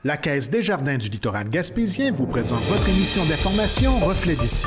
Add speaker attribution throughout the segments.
Speaker 1: La Caisse des Jardins du littoral gaspésien vous présente votre émission d'information Reflet d'ici.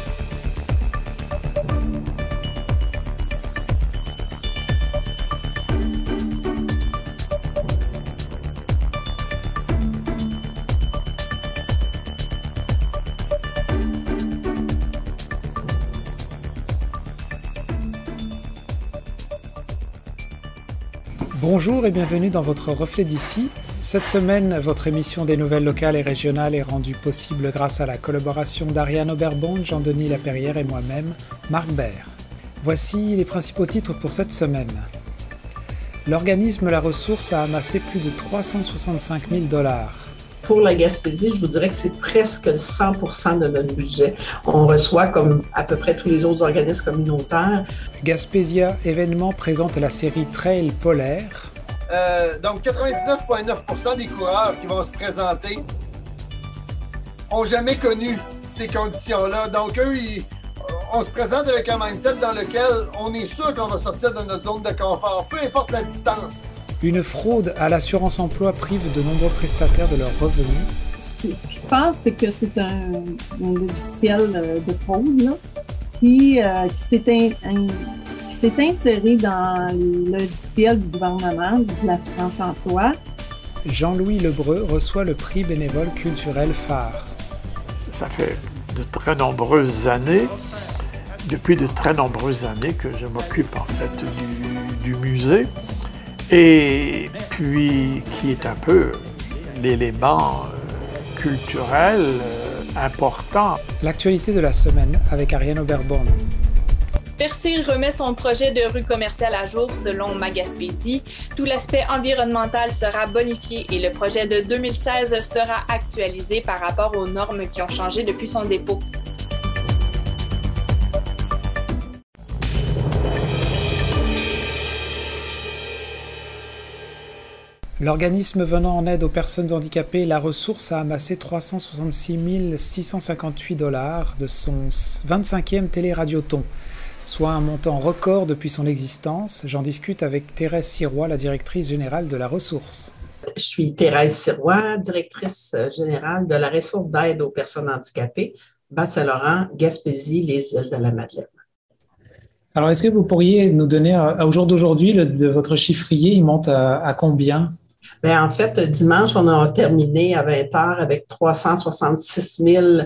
Speaker 2: Bonjour et bienvenue dans votre Reflet d'ici. Cette semaine, votre émission des nouvelles locales et régionales est rendue possible grâce à la collaboration d'Ariane Oberbond, Jean-Denis Laperrière et moi-même, Marc Baird. Voici les principaux titres pour cette semaine. L'organisme La Ressource a amassé plus de 365 000 $.
Speaker 3: Pour la Gaspésie, je vous dirais que c'est presque 100% de notre budget. On reçoit, comme à peu près tous les autres organismes communautaires.
Speaker 2: Gaspésia Événements présente la série Trail Polaire.
Speaker 4: Donc, 99,9% des coureurs qui vont se présenter n'ont jamais connu ces conditions-là. Donc, eux, on se présente avec un mindset dans lequel on est sûr qu'on va sortir de notre zone de confort, peu importe la distance.
Speaker 2: Une fraude à l'assurance emploi prive de nombreux prestataires de leurs revenus.
Speaker 5: Ce qui se passe, c'est que c'est un logiciel de fraude là, qui s'est inséré dans le logiciel du gouvernement, de l'assurance emploi.
Speaker 2: Jean-Louis Lebreu reçoit le prix bénévole culturel phare.
Speaker 6: Ça fait depuis de très nombreuses années que je m'occupe en fait du musée. Et puis, qui est un peu l'élément culturel important.
Speaker 2: L'actualité de la semaine avec Ariane Oberbond.
Speaker 7: Percé remet son projet de rue commerciale à jour selon Magaspésie. Tout l'aspect environnemental sera bonifié et le projet de 2016 sera actualisé par rapport aux normes qui ont changé depuis son dépôt.
Speaker 2: L'organisme venant en aide aux personnes handicapées, La Ressource a amassé 366 658 $ de son 25e téléradioton, soit un montant record depuis son existence. J'en discute avec Thérèse Sirois, la directrice générale de La Ressource.
Speaker 3: Je suis Thérèse Sirois, directrice générale de La Ressource d'aide aux personnes handicapées, Bas-Saint-Laurent, Gaspésie, les îles de la Madeleine.
Speaker 2: Alors, est-ce que vous pourriez nous donner, au jour d'aujourd'hui, votre chiffrier, il monte à combien?
Speaker 3: Bien, en fait, dimanche, on a terminé à 20 heures avec 366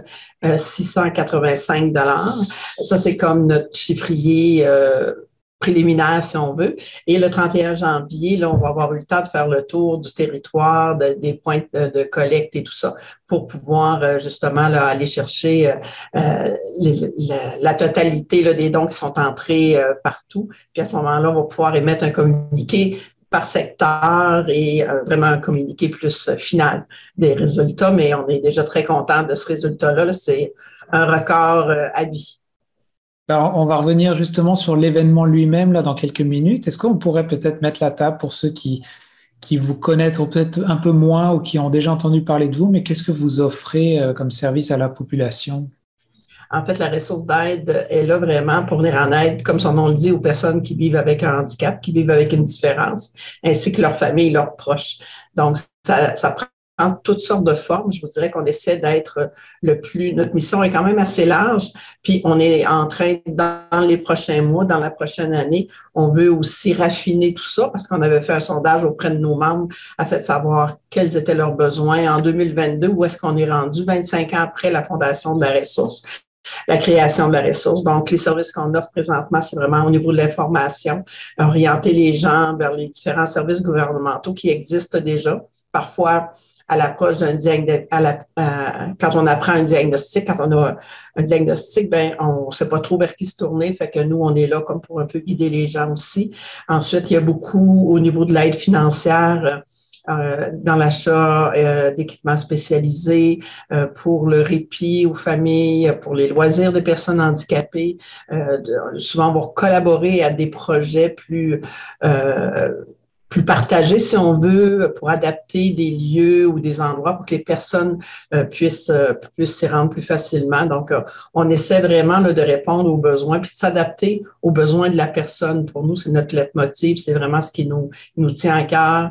Speaker 3: 685 $. Ça, c'est comme notre chiffrier préliminaire, si on veut. Et le 31 janvier, là, on va avoir eu le temps de faire le tour du territoire, des points de collecte et tout ça, pour pouvoir justement là, aller chercher la totalité là, des dons qui sont entrés partout. Puis à ce moment-là, on va pouvoir émettre un communiqué par secteur et vraiment un communiqué plus final des résultats, mais on est déjà très content de ce résultat-là. Là, c'est un record à vie.
Speaker 2: Alors, on va revenir justement sur l'événement lui-même là dans quelques minutes. Est-ce qu'on pourrait peut-être mettre la table pour ceux qui vous connaissent peut-être un peu moins ou qui ont déjà entendu parler de vous, mais qu'est-ce que vous offrez comme service à la population?
Speaker 3: En fait, la ressource d'aide est là vraiment pour venir en aide, comme son nom le dit, aux personnes qui vivent avec un handicap, qui vivent avec une différence, ainsi que leurs familles et leurs proches. Donc, ça prend toutes sortes de formes. Je vous dirais qu'on essaie d'être notre mission est quand même assez large, puis on est en train, dans les prochains mois, dans la prochaine année, on veut aussi raffiner tout ça parce qu'on avait fait un sondage auprès de nos membres afin de savoir quels étaient leurs besoins en 2022, où est-ce qu'on est rendu 25 ans après la fondation de la ressource. La création de la ressource. Donc, les services qu'on offre présentement, c'est vraiment au niveau de l'information, orienter les gens vers les différents services gouvernementaux qui existent déjà. Parfois, à l'approche d'un quand on apprend un diagnostic, quand on a un diagnostic, ben on ne sait pas trop vers qui se tourner. Fait que nous, on est là comme pour un peu guider les gens aussi. Ensuite, il y a beaucoup au niveau de l'aide financière. Dans l'achat d'équipements spécialisés, pour le répit aux familles, pour les loisirs des personnes handicapées. Souvent, on va collaborer à des projets plus partagés, si on veut, pour adapter des lieux ou des endroits pour que les personnes puissent s'y rendre plus facilement. Donc, on essaie vraiment là, de répondre aux besoins puis de s'adapter aux besoins de la personne. Pour nous, c'est notre leitmotiv, c'est vraiment ce qui nous tient à cœur.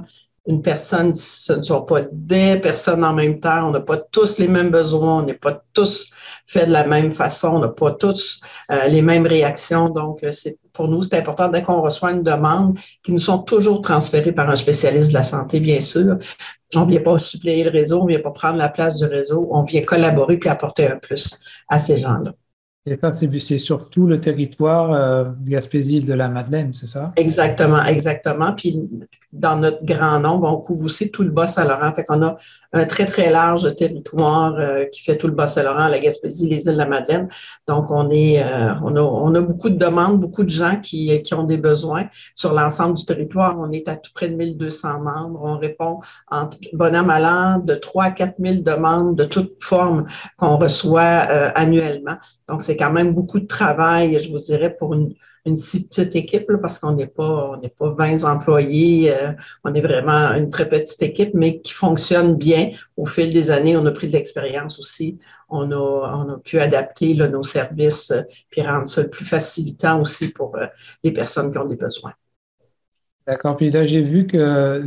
Speaker 3: une personne, ce ne sont pas des personnes en même temps, on n'a pas tous les mêmes besoins, on n'est pas tous faits de la même façon, on n'a pas tous les mêmes réactions. Donc, pour nous, c'est important dès qu'on reçoit une demande qui nous sont toujours transférées par un spécialiste de la santé, bien sûr. On ne vient pas suppléer le réseau, on ne vient pas prendre la place du réseau, on vient collaborer puis apporter un plus à ces gens-là.
Speaker 2: Et ça, c'est surtout le territoire Gaspésie-Île-de-la-Madeleine, c'est ça?
Speaker 3: Exactement, exactement. Puis, dans notre grand nombre, on couvre aussi tout le Bas-Saint-Laurent. Fait qu'on a un très, très large territoire qui fait tout le Bas-Saint-Laurent, la Gaspésie, les îles de la Madeleine. Donc, on a beaucoup de demandes, beaucoup de gens qui ont des besoins. Sur l'ensemble du territoire, on est à tout près de 1200 membres. On répond en bon an, mal an, de 3 à 4 000 demandes de toutes formes qu'on reçoit annuellement. Donc, c'est quand même beaucoup de travail, je vous dirais, pour une si petite équipe, là, parce qu'on n'est pas 20 employés, on est vraiment une très petite équipe, mais qui fonctionne bien. Au fil des années, on a pris de l'expérience aussi. On a pu adapter là, nos services, puis rendre ça plus facilitant aussi pour les personnes qui ont des besoins.
Speaker 2: D'accord. Puis là, j'ai vu que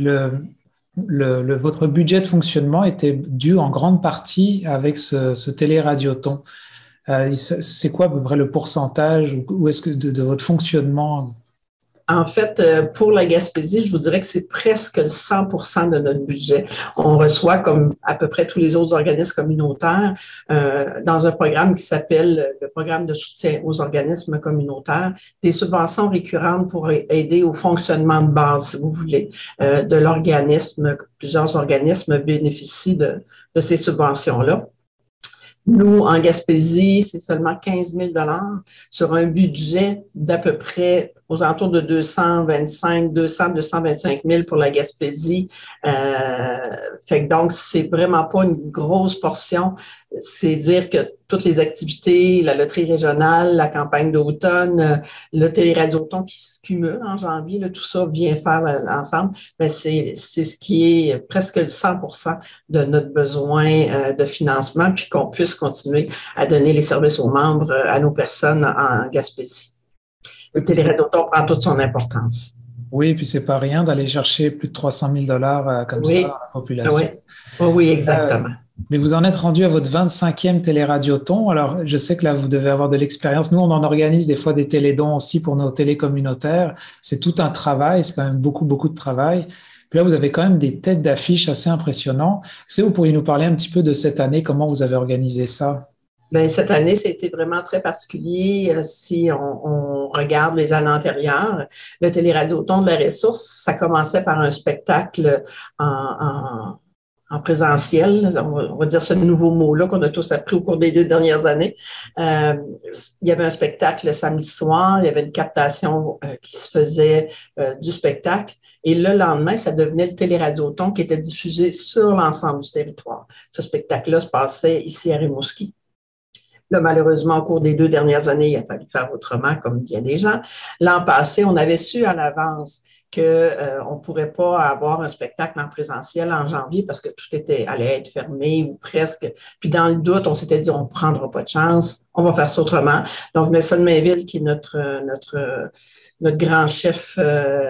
Speaker 2: votre budget de fonctionnement était dû en grande partie avec ce téléradioton. C'est quoi à peu près le pourcentage ou est-ce que de votre fonctionnement?
Speaker 3: En fait, pour la Gaspésie, je vous dirais que c'est presque 100% de notre budget. On reçoit, comme à peu près tous les autres organismes communautaires, dans un programme qui s'appelle le programme de soutien aux organismes communautaires, des subventions récurrentes pour aider au fonctionnement de base, si vous voulez, de l'organisme. Plusieurs organismes bénéficient de ces subventions-là. Nous, en Gaspésie, c'est seulement 15 000 sur un budget d'à peu près aux alentours de 225 000 pour la Gaspésie. Fait que donc, c'est vraiment pas une grosse portion. C'est dire que toutes les activités, la loterie régionale, la campagne d'automne, le téléradioton qui se cumule en janvier, là, tout ça vient faire ensemble. Mais c'est ce qui est presque 100% de notre besoin de financement, puis qu'on puisse continuer à donner les services aux membres, à nos personnes en Gaspésie. Le téléradioton prend toute son importance.
Speaker 2: Oui, puis c'est pas rien d'aller chercher plus de 300 000 comme ça dans la population.
Speaker 3: Oui, exactement.
Speaker 2: Mais vous en êtes rendu à votre 25e téléradioton. Alors, je sais que là, vous devez avoir de l'expérience. Nous, on en organise des fois des télédons aussi pour nos télés communautaires. C'est tout un travail, c'est quand même beaucoup, beaucoup de travail. Puis là, vous avez quand même des têtes d'affiche assez impressionnants. Est-ce que vous pourriez nous parler un petit peu de cette année, comment vous avez organisé ça?
Speaker 3: Bien, cette année, c'était vraiment très particulier. Si on regarde les années antérieures, le téléradioton de la ressource, ça commençait par un spectacle en présentiel, on va dire ce nouveau mot-là qu'on a tous appris au cours des 2 dernières années. Il y avait un spectacle le samedi soir, il y avait une captation qui se faisait du spectacle. Et le lendemain, ça devenait le téléradioton qui était diffusé sur l'ensemble du territoire. Ce spectacle-là se passait ici à Rimouski. Là, malheureusement, au cours des 2 dernières années, il a fallu faire autrement, comme bien des gens. L'an passé, on avait su à l'avance qu'on ne pourrait pas avoir un spectacle en présentiel en janvier parce que tout allait être fermé ou presque. Puis dans le doute, on s'était dit, on ne prendra pas de chance, on va faire ça autrement. Donc, Nelson Mainville, qui est notre grand chef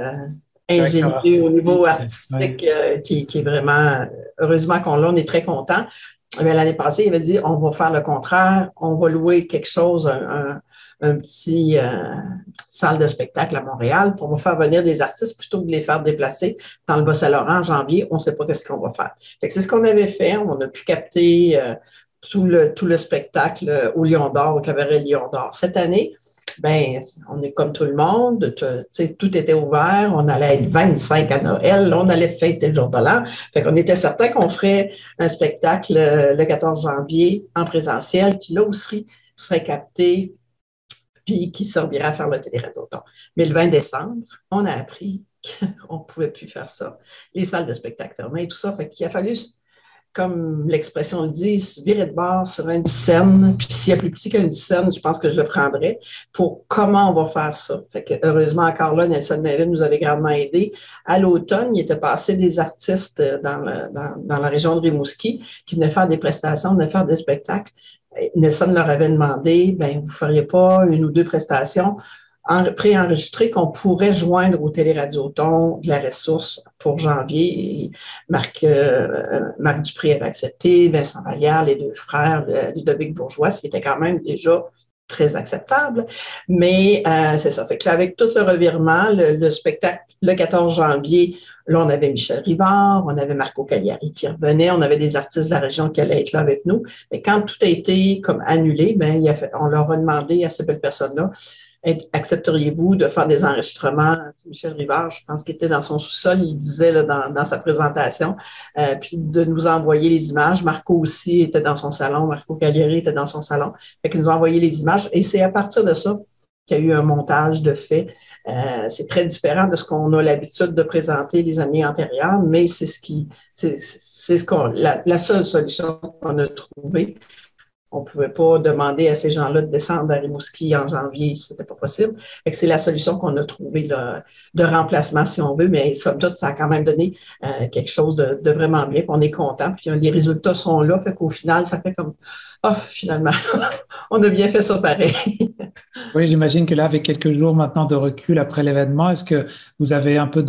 Speaker 3: ingénieux au niveau artistique, qui est vraiment, heureusement qu'on l'a, on est très contents. L'année passée, il avait dit, on va faire le contraire, on va louer quelque chose, un petit salle de spectacle à Montréal pour faire venir des artistes plutôt que de les faire déplacer dans le Bas-Saint-Laurent en janvier. On ne sait pas qu'est-ce qu'on va faire. Fait que c'est ce qu'on avait fait. On a pu capter tout le spectacle au Lion d'Or, au cabaret Lion d'Or. Cette année, ben, on est comme tout le monde, tout était ouvert, on allait être 25 à Noël, on allait fêter le jour de l'an. Fait qu'on était certain qu'on ferait un spectacle le 14 janvier en présentiel qui, là aussi, serait capté puis qui servirait à faire le téléradioton. Mais le 20 décembre, on a appris qu'on ne pouvait plus faire ça. Les salles de spectacle fermées et tout ça. Fait qu'il a fallu, comme l'expression le dit, se virer de bord sur un 10 cents. Puis s'il y a plus petit qu'un 10 cents, je pense que je le prendrais pour comment on va faire ça. Fait que heureusement, encore là, Nelson Mainville nous avait grandement aidé. À l'automne, il était passé des artistes dans la région de Rimouski qui venaient faire des prestations, venaient faire des spectacles. Nelson leur avait demandé, ben vous ne feriez pas 1 ou 2 prestations préenregistrés qu'on pourrait joindre au Téléradioton de la ressource pour janvier. Et Marc Dupré avait accepté, Vincent Vallière, les deux frères, Ludovic Bourgeois, ce qui était quand même déjà très acceptable. Mais c'est ça. Fait que là, avec tout le revirement, le spectacle, le 14 janvier, là, on avait Michel Rivard, on avait Marco Cagliari qui revenait, on avait des artistes de la région qui allaient être là avec nous. Mais quand tout a été comme annulé, ben, on leur a demandé à ces belles personnes-là, accepteriez-vous de faire des enregistrements? Michel Rivard, je pense qu'il était dans son sous-sol, il disait là, dans sa présentation, puis de nous envoyer les images. Marco aussi était dans son salon, Marco Cagliari était dans son salon. Fait qu'il nous a envoyé les images et c'est à partir de ça qu'il y a eu un montage de fait. C'est très différent de ce qu'on a l'habitude de présenter les années antérieures, mais c'est la seule solution qu'on a trouvée. On ne pouvait pas demander à ces gens-là de descendre à Rimouski en janvier, ce n'était pas possible. Fait que c'est la solution qu'on a trouvée là, de remplacement, si on veut, mais somme toute, ça a quand même donné quelque chose de vraiment bien, puis on est content, puis les résultats sont là, fait qu'au final, ça fait comme finalement, on a bien fait ça pareil.
Speaker 2: Oui, j'imagine que là, avec quelques jours maintenant de recul après l'événement, est-ce que vous avez un peu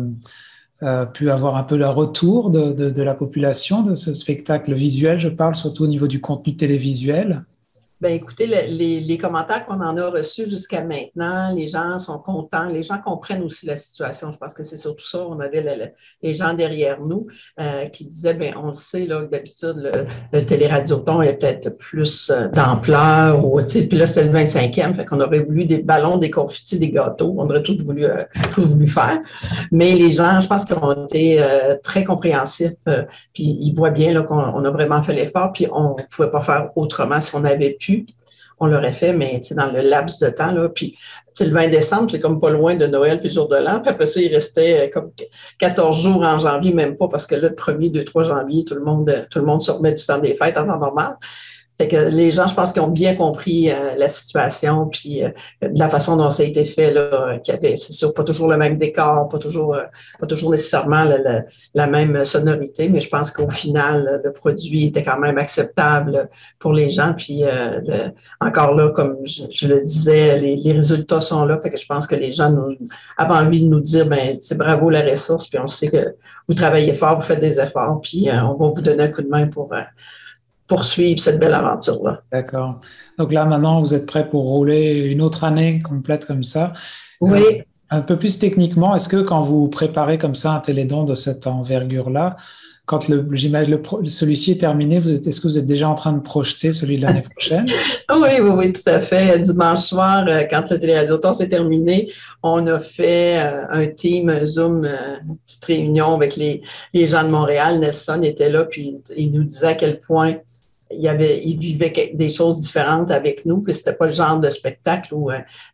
Speaker 2: pu avoir un peu le retour de la population de ce spectacle visuel, je parle surtout au niveau du contenu télévisuel?
Speaker 3: Ben écoutez, les commentaires qu'on en a reçus jusqu'à maintenant, les gens sont contents, les gens comprennent aussi la situation. Je pense que c'est surtout ça. On avait les gens derrière nous qui disaient, ben on le sait là, que d'habitude le Téléradioton est peut-être plus d'ampleur, puis là c'est le 25e, fait qu'on aurait voulu des ballons, des confettis, des gâteaux, on aurait tout voulu faire. Mais les gens, je pense qu'ils ont été très compréhensifs, puis ils voient bien là qu'on a vraiment fait l'effort, puis on ne pouvait pas faire autrement si on avait pu. On l'aurait fait, mais dans le laps de temps. Là, puis le 20 décembre, c'est comme pas loin de Noël puis le jour de l'an. Puis après ça, il restait comme 14 jours en janvier, même pas, parce que là, le 1er, 2, 3 janvier, tout le monde se remet du temps des fêtes en temps normal. Fait que les gens, je pense qu'ils ont bien compris la situation, puis de la façon dont ça a été fait, là, qu'il y avait, c'est sûr, pas toujours le même décor, pas toujours nécessairement la même sonorité, mais je pense qu'au final, le produit était quand même acceptable pour les gens. Puis encore là, comme je le disais, les résultats sont là, fait que je pense que les gens avaient envie de nous dire, ben c'est bravo la ressource, puis on sait que vous travaillez fort, vous faites des efforts, puis on va vous donner un coup de main pour poursuivre cette belle aventure-là.
Speaker 2: D'accord. Donc là, maintenant, vous êtes prêt pour rouler une autre année complète comme ça.
Speaker 3: Oui.
Speaker 2: Un peu plus techniquement, est-ce que quand vous préparez comme ça un télédon de cette envergure-là, quand celui-ci est terminé, est-ce que vous êtes déjà en train de projeter celui de l'année prochaine?
Speaker 3: Oui, tout à fait. Dimanche soir, quand le Téléradioton s'est terminé, on a fait un team, un Zoom, une petite réunion avec les gens de Montréal. Nelson était là, puis il nous disait à quel point il vivait des choses différentes avec nous, que c'était pas le genre de spectacle ou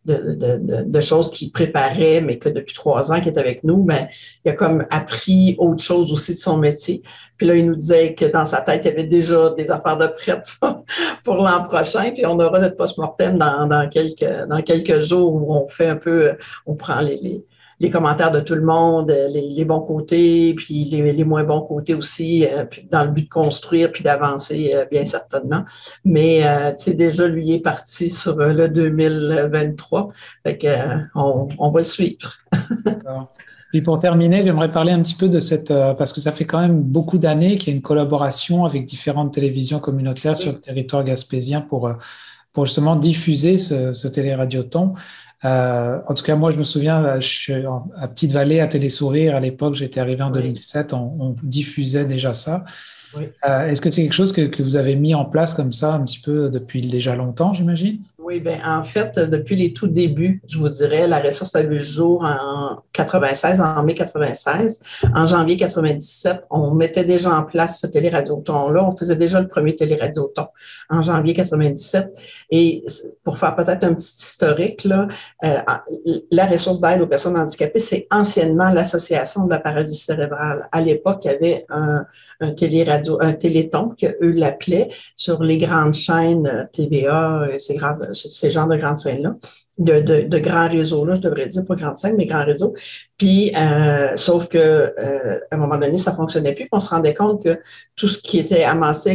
Speaker 3: de choses qu'il préparait, mais que depuis 3 ans qu'il est avec nous, ben, il a comme appris autre chose aussi de son métier. Puis là, il nous disait que dans sa tête, il y avait déjà des affaires de prêtes pour l'an prochain. Puis on aura notre post-mortem dans quelques jours où on fait un peu, on prend les commentaires de tout le monde, les bons côtés, puis les moins bons côtés aussi, puis dans le but de construire puis d'avancer bien certainement. Mais tu sais, déjà, lui il est parti sur le 2023. Fait que on va le suivre.
Speaker 2: D'accord. Puis pour terminer, j'aimerais parler un petit peu de parce que ça fait quand même beaucoup d'années qu'il y a une collaboration avec différentes télévisions communautaires sur le territoire gaspésien pour justement diffuser ce téléradioton. En tout cas, moi, je me souviens, je suis à Petite-Vallée, à Télésourire, à l'époque, j'étais arrivé en 2007, on diffusait déjà ça. Oui. Est-ce que c'est quelque chose que vous avez mis en place comme ça un petit peu depuis déjà longtemps, j'imagine?
Speaker 3: Oui, bien, en fait, depuis les tout débuts, je vous dirais, la ressource a vu le jour en mai 96. En janvier 97, on mettait déjà en place ce téléradioton-là. On faisait déjà le premier téléradioton en janvier 97. Et pour faire peut-être un petit historique, là, la ressource d'aide aux personnes handicapées, c'est anciennement l'Association de la paralysie cérébrale. À l'époque, il y avait un téléthon, qu'eux l'appelaient, sur les grandes chaînes TVA, ces genres de grandes scènes-là, de grands réseaux-là, je devrais dire, pas grandes scènes, mais grands réseaux. Puis, sauf que à un moment donné, ça fonctionnait plus. On se rendait compte que tout ce qui était amassé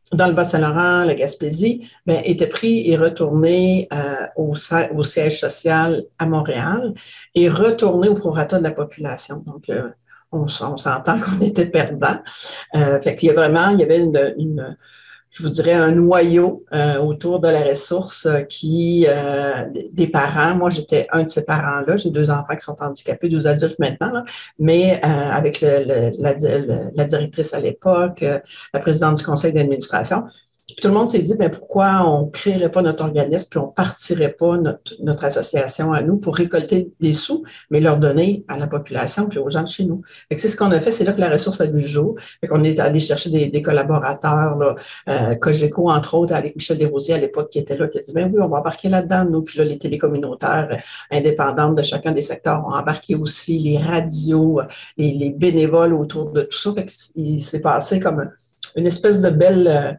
Speaker 3: dans le Bas-Saint-Laurent, la Gaspésie, ben, étaient pris et retournés au siège social à Montréal et retournés au prorata de la population. Donc, on s'entend qu'on était perdants. Fait qu'il y a vraiment, il y avait je vous dirais, un noyau autour de la ressource des parents. Moi, j'étais un de ces parents-là. J'ai 2 enfants qui sont handicapés, 2 adultes maintenant, là. Mais avec la directrice à l'époque, la présidente du conseil d'administration, puis tout le monde s'est dit, bien, pourquoi on ne créerait pas notre organisme puis on ne partirait pas notre association à nous pour récolter des sous, mais leur donner à la population puis aux gens de chez nous. Fait que c'est ce qu'on a fait, c'est là que la ressource a vu le jour. Fait qu'on est allé chercher des collaborateurs, là, Cogeco, entre autres, avec Michel Desrosiers à l'époque qui était là, qui a dit, bien oui, on va embarquer là-dedans, nous. Puis là, les télécommunautaires indépendantes de chacun des secteurs ont embarqué aussi, les radios, les bénévoles autour de tout ça. Fait qu'il s'est passé comme une espèce de belle...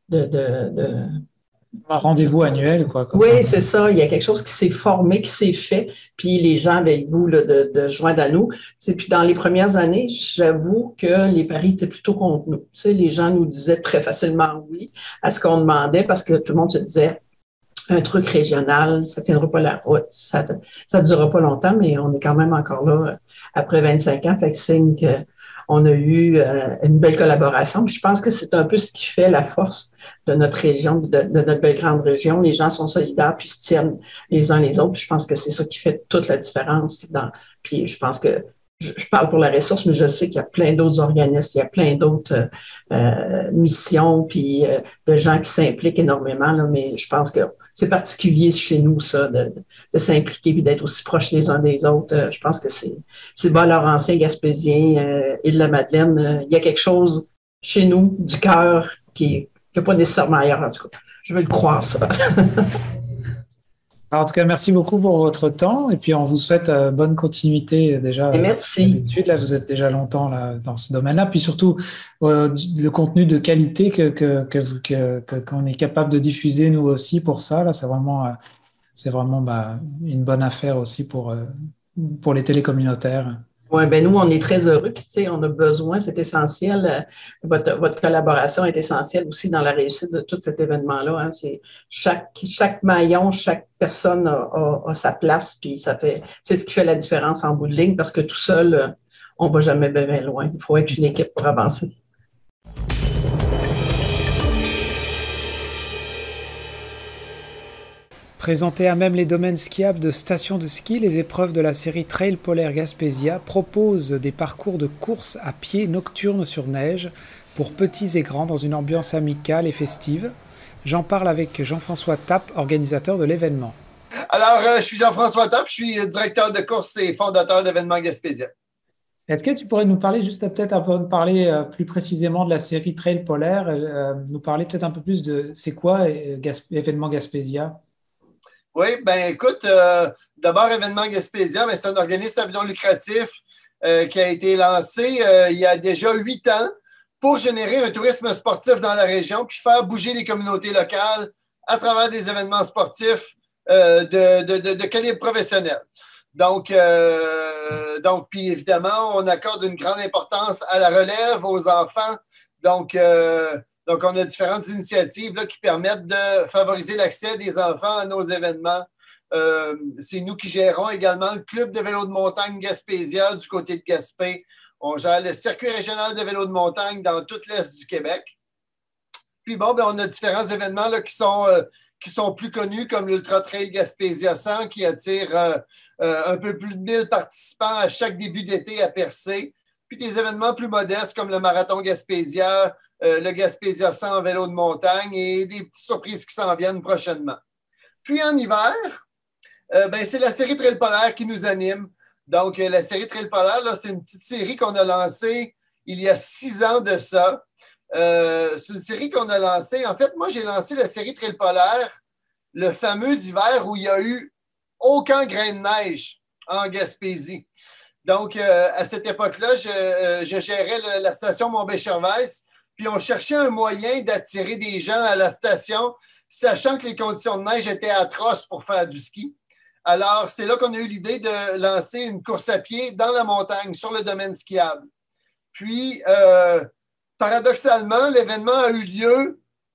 Speaker 2: Un rendez-vous annuel, quoi.
Speaker 3: Oui, c'est ça. Il y a quelque chose qui s'est formé, qui s'est fait, puis les gens avaient le goût là, de joindre à nous. Puis dans les premières années, j'avoue que les paris étaient plutôt contre nous. Les gens nous disaient très facilement oui à ce qu'on demandait parce que tout le monde se disait un truc régional, ça ne tiendra pas la route, ça ne durera pas longtemps, mais on est quand même encore là après 25 ans. Fait que c'est on a eu une belle collaboration. Puis je pense que c'est un peu ce qui fait la force de notre région, de notre belle grande région. Les gens sont solidaires puis se tiennent les uns les autres. Puis je pense que c'est ça qui fait toute la différence. Puis je pense que je parle pour la ressource, mais je sais qu'il y a plein d'autres organismes, il y a plein d'autres missions, puis de gens qui s'impliquent énormément. Là, mais je pense que c'est particulier chez nous, ça, de s'impliquer et d'être aussi proches les uns des autres. Je pense que c'est Bas-Laurentien, Gaspésien, Île-de-la-Madeleine. Il y a quelque chose chez nous, du cœur, qui n'est pas nécessairement ailleurs, en tout cas. Je veux le croire, ça.
Speaker 2: En tout cas, merci beaucoup pour votre temps et puis on vous souhaite bonne continuité déjà.
Speaker 3: Et merci.
Speaker 2: D'habitude, là, vous êtes déjà longtemps là, dans ce domaine-là. Puis surtout, le contenu de qualité qu'on est capable de diffuser nous aussi pour ça. Là, c'est vraiment une bonne affaire aussi pour les télécommunautaires.
Speaker 3: Oui, ben nous, on est très heureux, puis tu sais, on a besoin, c'est essentiel. Votre collaboration est essentielle aussi dans la réussite de tout cet événement-là. Hein. C'est chaque maillon, chaque personne a sa place, puis c'est ce qui fait la différence en bout de ligne, parce que tout seul, on ne va jamais bien loin. Il faut être une équipe pour avancer.
Speaker 2: Présentées à même les domaines skiables de stations de ski, les épreuves de la série Trail Polaire Gaspésia proposent des parcours de course à pied nocturnes sur neige pour petits et grands dans une ambiance amicale et festive. J'en parle avec Jean-François Tappe, organisateur de l'événement.
Speaker 4: Alors, je suis Jean-François Tappe, je suis directeur de course et fondateur d'événements Gaspésia.
Speaker 2: Est-ce que tu pourrais nous parler, juste peut-être un peu parler plus précisément de la série Trail Polaire, nous parler peut-être un peu plus de c'est quoi événement Gaspésia?
Speaker 4: Oui, ben écoute, d'abord, Événement Gaspésia, c'est un organisme à but non lucratif qui a été lancé il y a déjà 8 ans pour générer un tourisme sportif dans la région puis faire bouger les communautés locales à travers des événements sportifs de calibre professionnel. Donc, puis évidemment, on accorde une grande importance à la relève, aux enfants. Donc, on a différentes initiatives là, qui permettent de favoriser l'accès des enfants à nos événements. C'est nous qui gérons également le club de vélo de montagne Gaspésia du côté de Gaspé. On gère le circuit régional de vélo de montagne dans tout l'Est du Québec. Puis bon, on a différents événements là, qui sont plus connus comme l'Ultra Trail Gaspésia 100 qui attire un peu plus de 1000 participants à chaque début d'été à Percé. Puis des événements plus modestes comme le Marathon Gaspésia, le Gaspésia 100 en vélo de montagne et des petites surprises qui s'en viennent prochainement. Puis en hiver, c'est la série Trail Polaire qui nous anime. Donc, la série Trail Polaire, là, c'est une petite série qu'on a lancée il y a 6 ans de ça. C'est une série qu'on a lancée. En fait, moi, j'ai lancé la série Trail Polaire le fameux hiver où il n'y a eu aucun grain de neige en Gaspésie. Donc, à cette époque-là, je gérais la station Mont-Béchervaise. Puis on cherchait un moyen d'attirer des gens à la station, sachant que les conditions de neige étaient atroces pour faire du ski. Alors, c'est là qu'on a eu l'idée de lancer une course à pied dans la montagne, sur le domaine skiable. Puis, paradoxalement, l'événement a eu lieu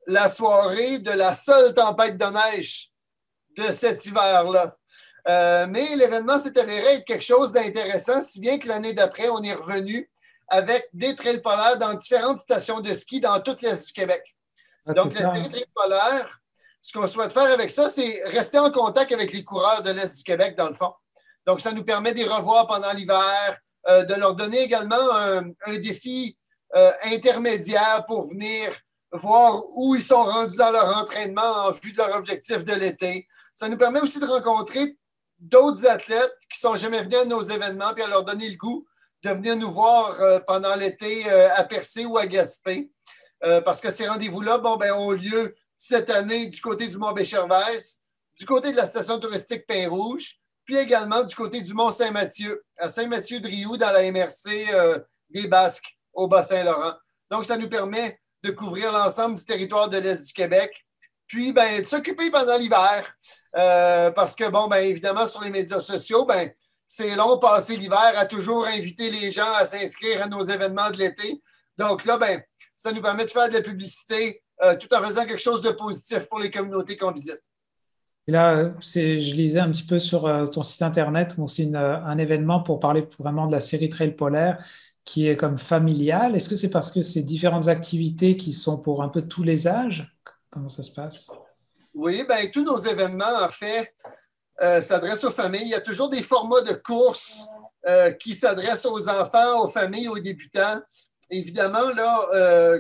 Speaker 4: la soirée de la seule tempête de neige de cet hiver-là. Mais l'événement s'est avéré être quelque chose d'intéressant, si bien que l'année d'après, on est revenu avec des trails polaires dans différentes stations de ski dans toute l'Est du Québec. Donc, la série trails polaires, ce qu'on souhaite faire avec ça, c'est rester en contact avec les coureurs de l'Est du Québec, dans le fond. Donc, ça nous permet de les revoir pendant l'hiver, de leur donner également un défi intermédiaire pour venir voir où ils sont rendus dans leur entraînement en vue de leur objectif de l'été. Ça nous permet aussi de rencontrer d'autres athlètes qui ne sont jamais venus à nos événements puis à leur donner le goût de venir nous voir pendant l'été à Percé ou à Gaspé. Parce que ces rendez-vous-là ont lieu cette année du côté du Mont-Béchervaise, du côté de la station touristique Pin-Rouge, puis également du côté du Mont-Saint-Mathieu, à Saint-Mathieu-de-Rioux, dans la MRC des Basques, au Bas-Saint-Laurent. Donc, ça nous permet de couvrir l'ensemble du territoire de l'Est du Québec, puis de s'occuper pendant l'hiver. Parce que, évidemment, sur les médias sociaux, c'est long passer l'hiver à toujours inviter les gens à s'inscrire à nos événements de l'été. Donc là, ça nous permet de faire de la publicité tout en faisant quelque chose de positif pour les communautés qu'on visite.
Speaker 2: Et là, je lisais un petit peu sur ton site Internet, c'est un événement pour parler vraiment de la série Trail polaire qui est comme familiale. Est-ce que c'est parce que c'est différentes activités qui sont pour un peu tous les âges? Comment ça se passe?
Speaker 4: Oui, tous nos événements, en fait, s'adressent aux familles. Il y a toujours des formats de courses qui s'adressent aux enfants, aux familles, aux débutants. Évidemment, là,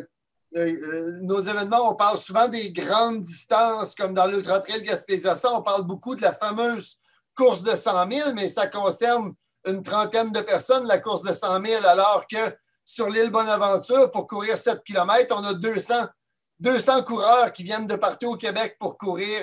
Speaker 4: nos événements, on parle souvent des grandes distances, comme dans l'Ultra Trail Gaspésia. Ça, on parle beaucoup de la fameuse course de 100 000, mais ça concerne une trentaine de personnes, la course de 100 000, alors que sur l'île Bonaventure, pour courir 7 km, on a 200 coureurs qui viennent de partout au Québec pour courir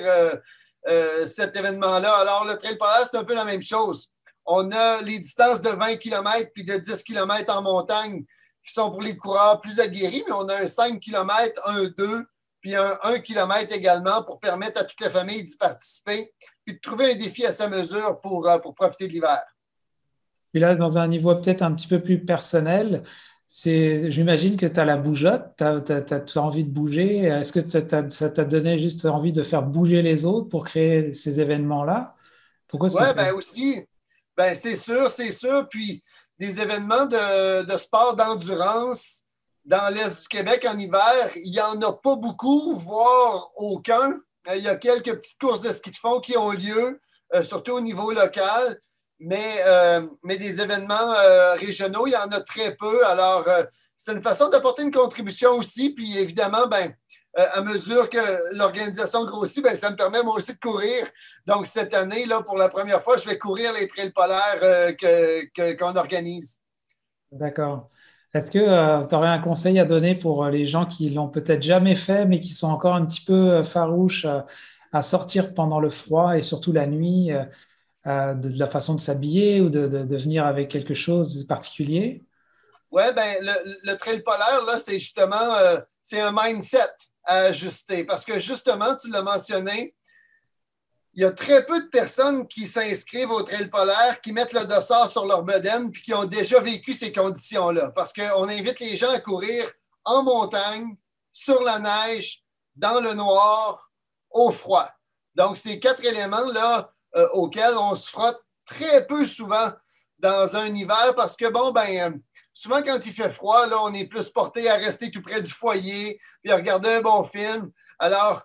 Speaker 4: cet événement-là. Alors, le Trail polaire, c'est un peu la même chose. On a les distances de 20 km puis de 10 km en montagne qui sont pour les coureurs plus aguerris, mais on a un 5 km, un 2, puis un 1 km également pour permettre à toute la famille d'y participer puis de trouver un défi à sa mesure pour profiter de l'hiver.
Speaker 2: Puis là, dans un niveau peut-être un petit peu plus personnel, j'imagine que tu as la bougeotte, tu as envie de bouger. Est-ce que ça t'a donné juste envie de faire bouger les autres pour créer ces événements-là? Pourquoi
Speaker 4: aussi. C'est sûr. Puis des événements de sport d'endurance dans l'Est du Québec en hiver, il n'y en a pas beaucoup, voire aucun. Il y a quelques petites courses de ski de fond qui ont lieu, surtout au niveau local. Mais des événements régionaux, il y en a très peu. Alors, c'est une façon d'apporter une contribution aussi. Puis évidemment, à mesure que l'organisation grossit, ça me permet moi aussi de courir. Donc, cette année, là, pour la première fois, je vais courir les trails polaires qu'on organise.
Speaker 2: D'accord. Est-ce que tu aurais un conseil à donner pour les gens qui l'ont peut-être jamais fait, mais qui sont encore un petit peu farouches à sortir pendant le froid et surtout la nuit, de la façon de s'habiller ou de venir avec quelque chose de particulier?
Speaker 4: Oui, le trail polaire, là, c'est justement c'est un mindset à ajuster parce que justement, tu l'as mentionné, il y a très peu de personnes qui s'inscrivent au trail polaire, qui mettent le dossard sur leur bedaine puis qui ont déjà vécu ces conditions-là. Parce qu'on invite les gens à courir en montagne, sur la neige, dans le noir, au froid. Donc, ces 4 éléments-là auxquels on se frotte très peu souvent dans un hiver parce que, souvent quand il fait froid, là, on est plus porté à rester tout près du foyer puis à regarder un bon film. Alors,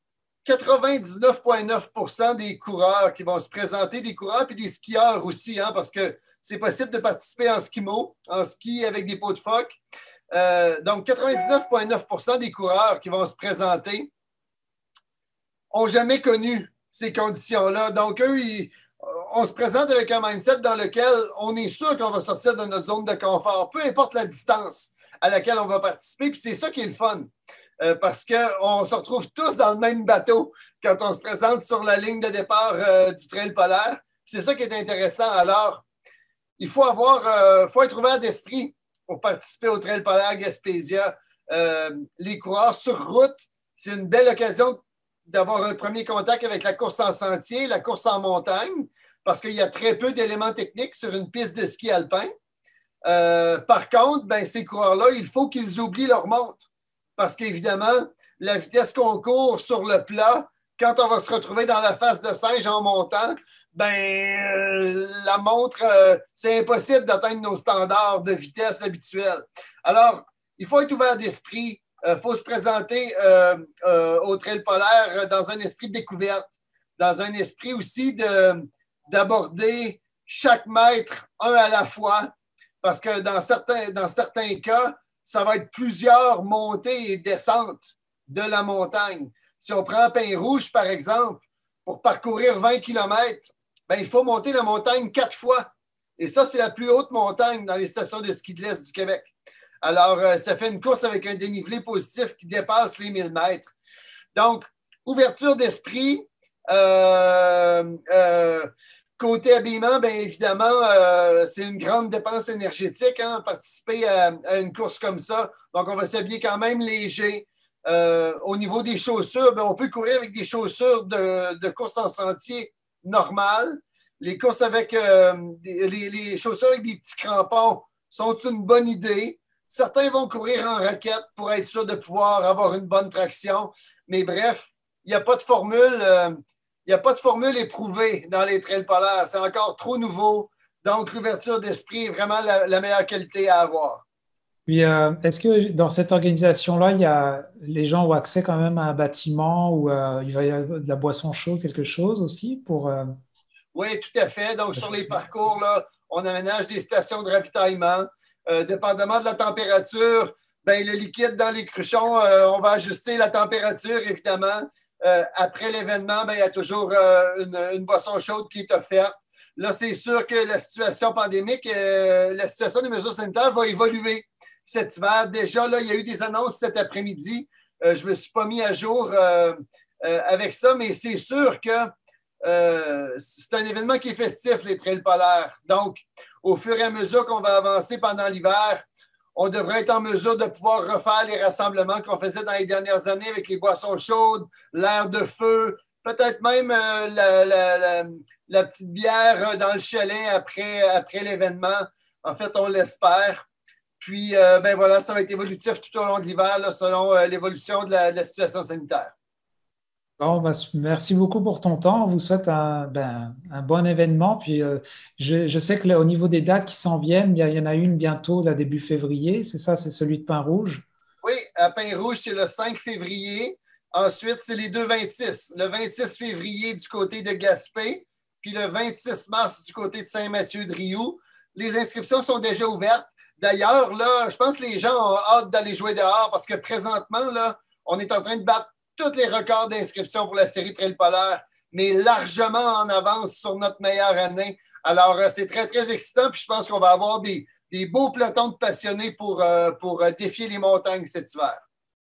Speaker 4: 99,9% des coureurs qui vont se présenter, des coureurs puis des skieurs aussi, parce que c'est possible de participer en skimo, en ski avec des pots de phoque. Donc, 99,9% des coureurs qui vont se présenter n'ont jamais connu ces conditions-là. Donc, eux, on se présente avec un mindset dans lequel on est sûr qu'on va sortir de notre zone de confort, peu importe la distance à laquelle on va participer. Puis c'est ça qui est le fun, parce qu'on se retrouve tous dans le même bateau quand on se présente sur la ligne de départ du trail polaire. Puis c'est ça qui est intéressant. Alors, il faut être ouvert d'esprit pour participer au trail polaire Gaspésia. Les coureurs sur route, c'est une belle occasion d'avoir un premier contact avec la course en sentier, la course en montagne, parce qu'il y a très peu d'éléments techniques sur une piste de ski alpin. Par contre, ces coureurs-là, il faut qu'ils oublient leur montre, parce qu'évidemment, la vitesse qu'on court sur le plat, quand on va se retrouver dans la face de singe en montant, la montre, c'est impossible d'atteindre nos standards de vitesse habituels. Alors, il faut être ouvert d'esprit. Il faut se présenter au Trail polaire dans un esprit de découverte, dans un esprit aussi d'aborder chaque mètre un à la fois, parce que dans certains cas, ça va être plusieurs montées et descentes de la montagne. Si on prend Pin-Rouge, par exemple, pour parcourir 20 km, il faut monter la montagne 4 fois. Et ça, c'est la plus haute montagne dans les stations de ski de l'Est du Québec. Alors, ça fait une course avec un dénivelé positif qui dépasse les 1000 mètres. Donc, ouverture d'esprit. Côté habillement, bien évidemment, c'est une grande dépense énergétique, participer à une course comme ça. Donc, on va s'habiller quand même léger. Au niveau des chaussures, on peut courir avec des chaussures de course en sentier normales. Les courses avec les chaussures avec des petits crampons sont une bonne idée. Certains vont courir en raquette pour être sûr de pouvoir avoir une bonne traction. Mais bref, il n'y a pas de formule. Il n'y a pas de formule éprouvée dans les trails polaires. C'est encore trop nouveau. Donc, l'ouverture d'esprit est vraiment la meilleure qualité à avoir.
Speaker 2: Puis, est-ce que dans cette organisation-là, les gens ont accès quand même à un bâtiment ou il va y avoir de la boisson chaude, quelque chose aussi pour…
Speaker 4: Oui, tout à fait. Donc, sur les parcours, là, on aménage des stations de ravitaillement. Dépendamment de la température, le liquide dans les cruchons, on va ajuster la température, évidemment. Après l'événement, il y a toujours une boisson chaude qui est offerte. Là, c'est sûr que la situation pandémique, la situation des mesures sanitaires va évoluer cet hiver. Déjà, là, il y a eu des annonces cet après-midi. Je ne me suis pas mis à jour avec ça, mais c'est sûr que c'est un événement qui est festif, les trails polaires. Donc, au fur et à mesure qu'on va avancer pendant l'hiver, on devrait être en mesure de pouvoir refaire les rassemblements qu'on faisait dans les dernières années avec les boissons chaudes, l'air de feu, peut-être même la petite bière dans le chalet après l'événement. En fait, on l'espère. Puis, voilà, ça va être évolutif tout au long de l'hiver, là, selon l'évolution de la situation sanitaire.
Speaker 2: Bon, merci beaucoup pour ton temps. On vous souhaite un bon événement. Puis, je sais qu'au niveau des dates qui s'en viennent, il y en a une bientôt, là, début février. C'est ça, c'est celui de Pin-Rouge?
Speaker 4: Oui, à Pin-Rouge, c'est le 5 février. Ensuite, c'est les deux 26. Le 26 février du côté de Gaspé, puis le 26 mars du côté de Saint-Mathieu-de-Rioux. Les inscriptions sont déjà ouvertes. D'ailleurs, là, je pense que les gens ont hâte d'aller jouer dehors parce que présentement, là, on est en train de battre tous les records d'inscription pour la série Trail polaire, mais largement en avance sur notre meilleure année. Alors, c'est très, très excitant. Puis je pense qu'on va avoir des beaux pelotons de passionnés pour défier les montagnes cet hiver.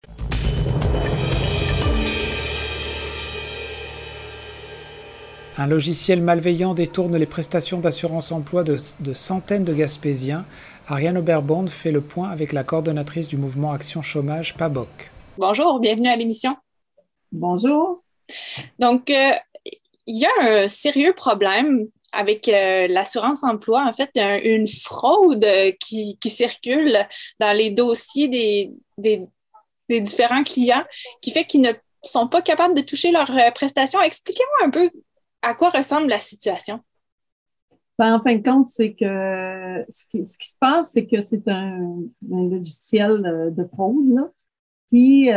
Speaker 2: Un logiciel malveillant détourne les prestations d'assurance-emploi de centaines de Gaspésiens. Ariane Oberbond fait le point avec la coordonnatrice du mouvement Action Chômage, PABOC.
Speaker 7: Bonjour, bienvenue à l'émission.
Speaker 5: Bonjour.
Speaker 7: Donc, il y a un sérieux problème avec l'assurance-emploi. En fait, une fraude qui circule dans les dossiers des différents clients qui fait qu'ils ne sont pas capables de toucher leurs prestations. Expliquez-moi un peu à quoi ressemble la situation.
Speaker 5: En fin de compte, c'est que ce qui se passe, c'est que c'est un logiciel de fraude là, qui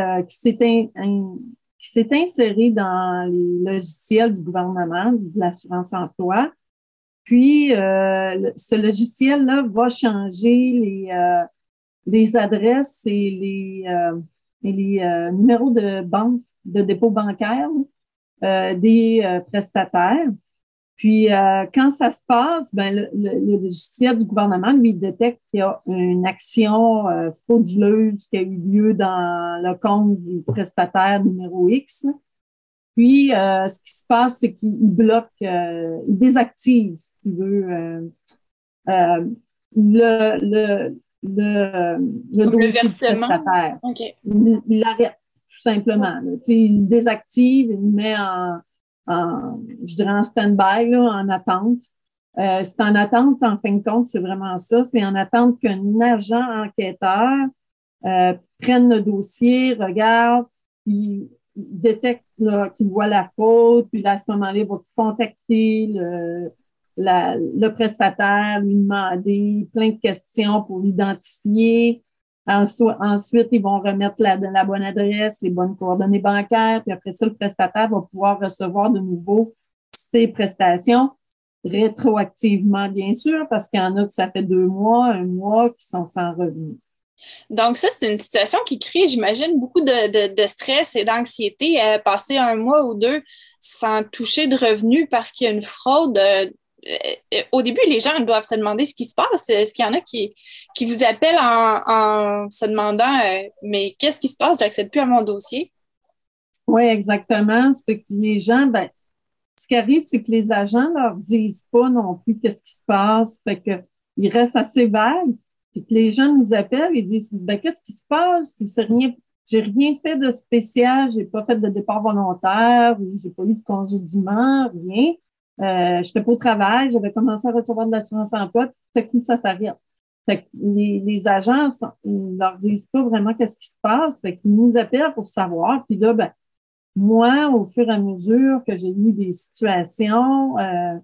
Speaker 5: s'est inséré dans les logiciels du gouvernement, de l'assurance-emploi. Puis, ce logiciel-là va changer les adresses et les numéros de banque, de dépôt bancaire des prestataires. Puis, quand ça se passe, le logiciel du gouvernement, lui, détecte qu'il y a une action frauduleuse qui a eu lieu dans le compte du prestataire numéro X. Puis, ce qui se passe, c'est qu'il bloque, il désactive, si tu veux, le dossier du prestataire.
Speaker 7: Okay.
Speaker 5: Il l'arrête, tout simplement. Là. Il désactive, il le met je dirais en stand-by, là, en attente. C'est en attente, en fin de compte, c'est vraiment ça. C'est en attente qu'un agent enquêteur prenne le dossier, regarde, puis il détecte là, qu'il voit la faute, puis là, à ce moment-là, il va contacter le prestataire, lui demander plein de questions pour l'identifier. Ensuite, ils vont remettre la bonne adresse, les bonnes coordonnées bancaires, puis après ça, le prestataire va pouvoir recevoir de nouveau ses prestations rétroactivement, bien sûr, parce qu'il y en a que ça fait 2 mois, 1 mois qui sont sans revenu.
Speaker 7: Donc, ça, c'est une situation qui crée, j'imagine, beaucoup de stress et d'anxiété à passer 1 mois ou 2 sans toucher de revenus parce qu'il y a une fraude. Au début, les gens doivent se demander ce qui se passe. Est-ce qu'il y en a qui vous appellent en se demandant mais qu'est-ce qui se passe? J'accède plus à mon dossier.
Speaker 5: Oui, exactement. C'est que les gens, ce qui arrive, c'est que les agents leur disent pas non plus qu'est-ce qui se passe. Fait que ils restent assez vagues. Puis que les gens nous appellent et disent qu'est-ce qui se passe? J'ai rien fait de spécial, j'ai pas fait de départ volontaire, j'ai pas eu de congédiement, rien. J'étais pas au travail, j'avais commencé à recevoir de l'assurance emploi, puis tout à coup, ça s'arrête. Fait que les agents, ils leur disent pas vraiment qu'est-ce qui se passe, fait qu'ils nous appellent pour savoir. Puis là, moi, au fur et à mesure que j'ai eu des situations,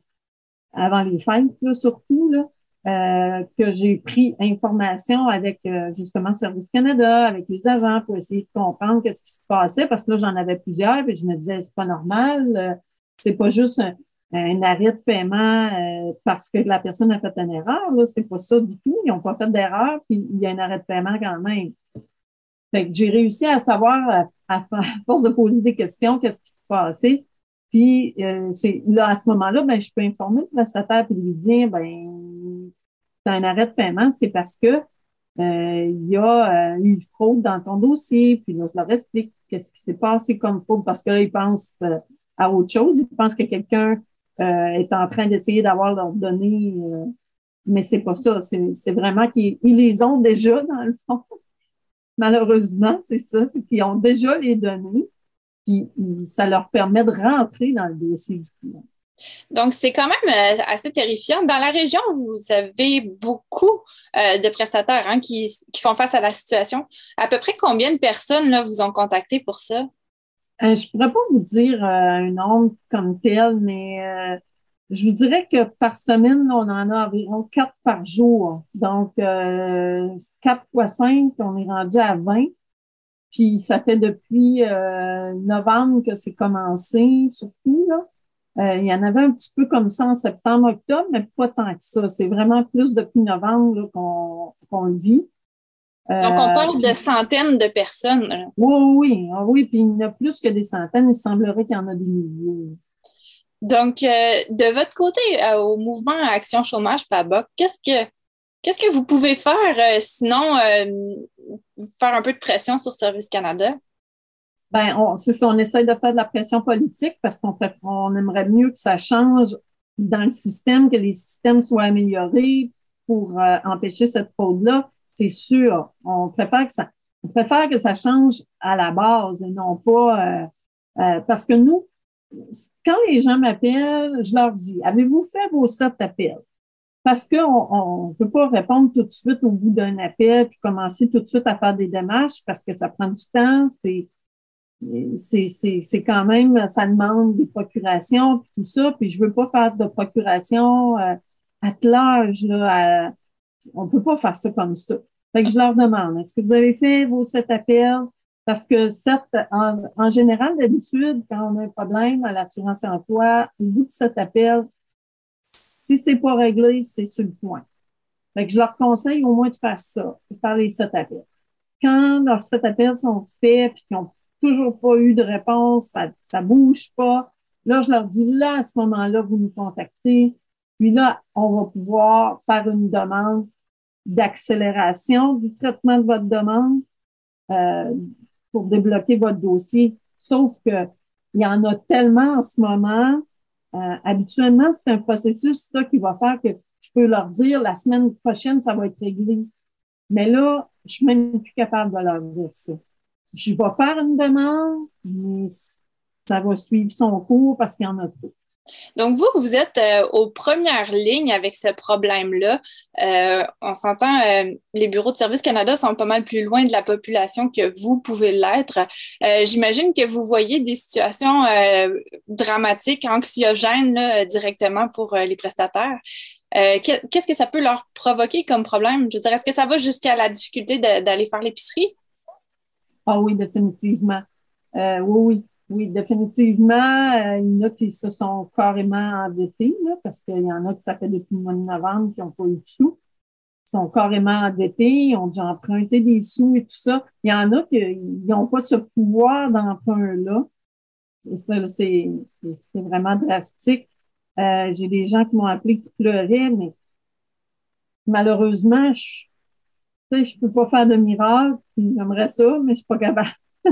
Speaker 5: avant les fêtes, là, surtout, là, que j'ai pris information avec justement Service Canada, avec les agents pour essayer de comprendre qu'est-ce qui se passait, parce que là, j'en avais plusieurs, puis je me disais, c'est pas normal, c'est pas juste un arrêt de paiement parce que la personne a fait une erreur, là, c'est pas ça du tout, ils n'ont pas fait d'erreur, puis il y a un arrêt de paiement quand même. Fait que j'ai réussi à savoir, à force de poser des questions, qu'est-ce qui se passait. Puis, c'est là, à ce moment-là, je peux informer le prestataire et lui dire, t'as un arrêt de paiement, c'est parce que il y a eu fraude dans ton dossier. Puis là, je leur explique qu'est-ce qui s'est passé comme fraude, parce que là, ils pensent à autre chose. Ils pensent que quelqu'un est en train d'essayer d'avoir leurs données, mais c'est pas ça. C'est vraiment qu'ils les ont déjà, dans le fond. Malheureusement, c'est ça, c'est qu'ils ont déjà les données. Puis ça leur permet de rentrer dans le dossier du client.
Speaker 7: Donc, c'est quand même assez terrifiant. Dans la région, vous avez beaucoup de prestataires qui font face à la situation. À peu près combien de personnes là, vous ont contacté pour ça?
Speaker 5: Je ne pourrais pas vous dire un nombre comme tel, mais je vous dirais que par semaine, on en a environ 4 par jour. Donc, 4 fois 5, on est rendu à 20. Puis ça fait depuis novembre que c'est commencé, surtout, là. Il y en avait un petit peu comme ça en septembre, octobre, mais pas tant que ça. C'est vraiment plus depuis novembre là, qu'on le vit.
Speaker 7: Donc, on parle de centaines de personnes. Là.
Speaker 5: Oui. Puis il y en a plus que des centaines. Il semblerait qu'il y en a des milliers.
Speaker 7: Donc, de votre côté, au mouvement Action Chômage PABOC, qu'est-ce que vous pouvez faire sinon faire un peu de pression sur Service Canada?
Speaker 5: C'est ça, on essaie de faire de la pression politique parce qu'on aimerait mieux que ça change dans le système, que les systèmes soient améliorés pour empêcher cette fraude-là. C'est sûr, on préfère que ça change à la base et non pas parce que nous, quand les gens m'appellent, je leur dis, avez-vous fait vos 7 appels? Parce qu'on ne peut pas répondre tout de suite au bout d'un appel puis commencer tout de suite à faire des démarches parce que ça prend du temps. C'est quand même, ça demande des procurations puis tout ça. Puis je veux pas faire de procuration à large, là. On peut pas faire ça comme ça. Fait que je leur demande, est-ce que vous avez fait vos 7 appels? Parce que en général, d'habitude, quand on a un problème à l'assurance emploi, au bout de 7 appels, si c'est pas réglé, c'est sur le point. Fait que je leur conseille au moins de faire ça, de faire les 7 appels. Quand leurs 7 appels sont faits puis qu'ils n'ont toujours pas eu de réponse, ça bouge pas, là, je leur dis, là, à ce moment-là, vous nous contactez. Puis là, on va pouvoir faire une demande d'accélération du traitement de votre demande pour débloquer votre dossier. Sauf que il y en a tellement en ce moment. Habituellement, c'est un processus, ça, qui va faire que je peux leur dire la semaine prochaine, ça va être réglé. Mais là, je suis même plus capable de leur dire ça. Je vais faire une demande, mais ça va suivre son cours parce qu'il y en a trop.
Speaker 7: Donc, vous êtes aux premières lignes avec ce problème-là. On s'entend, les bureaux de Service Canada sont pas mal plus loin de la population que vous pouvez l'être. J'imagine que vous voyez des situations dramatiques, anxiogènes là, directement pour les prestataires. Qu'est-ce que ça peut leur provoquer comme problème? Je veux dire, est-ce que ça va jusqu'à la difficulté d'aller faire l'épicerie?
Speaker 5: Ah oui, définitivement. Oui. Oui, définitivement. Il y en a qui se sont carrément endettés, là, parce qu'il y en a qui ça fait depuis le mois de novembre qui n'ont pas eu de sous. Ils sont carrément endettés, ils ont dû emprunter des sous et tout ça. Il y en a qui n'ont pas ce pouvoir d'emprunt-là. C'est vraiment drastique. J'ai des gens qui m'ont appelé qui pleuraient, mais malheureusement, je peux pas faire de miracle, puis j'aimerais ça, mais je suis pas capable.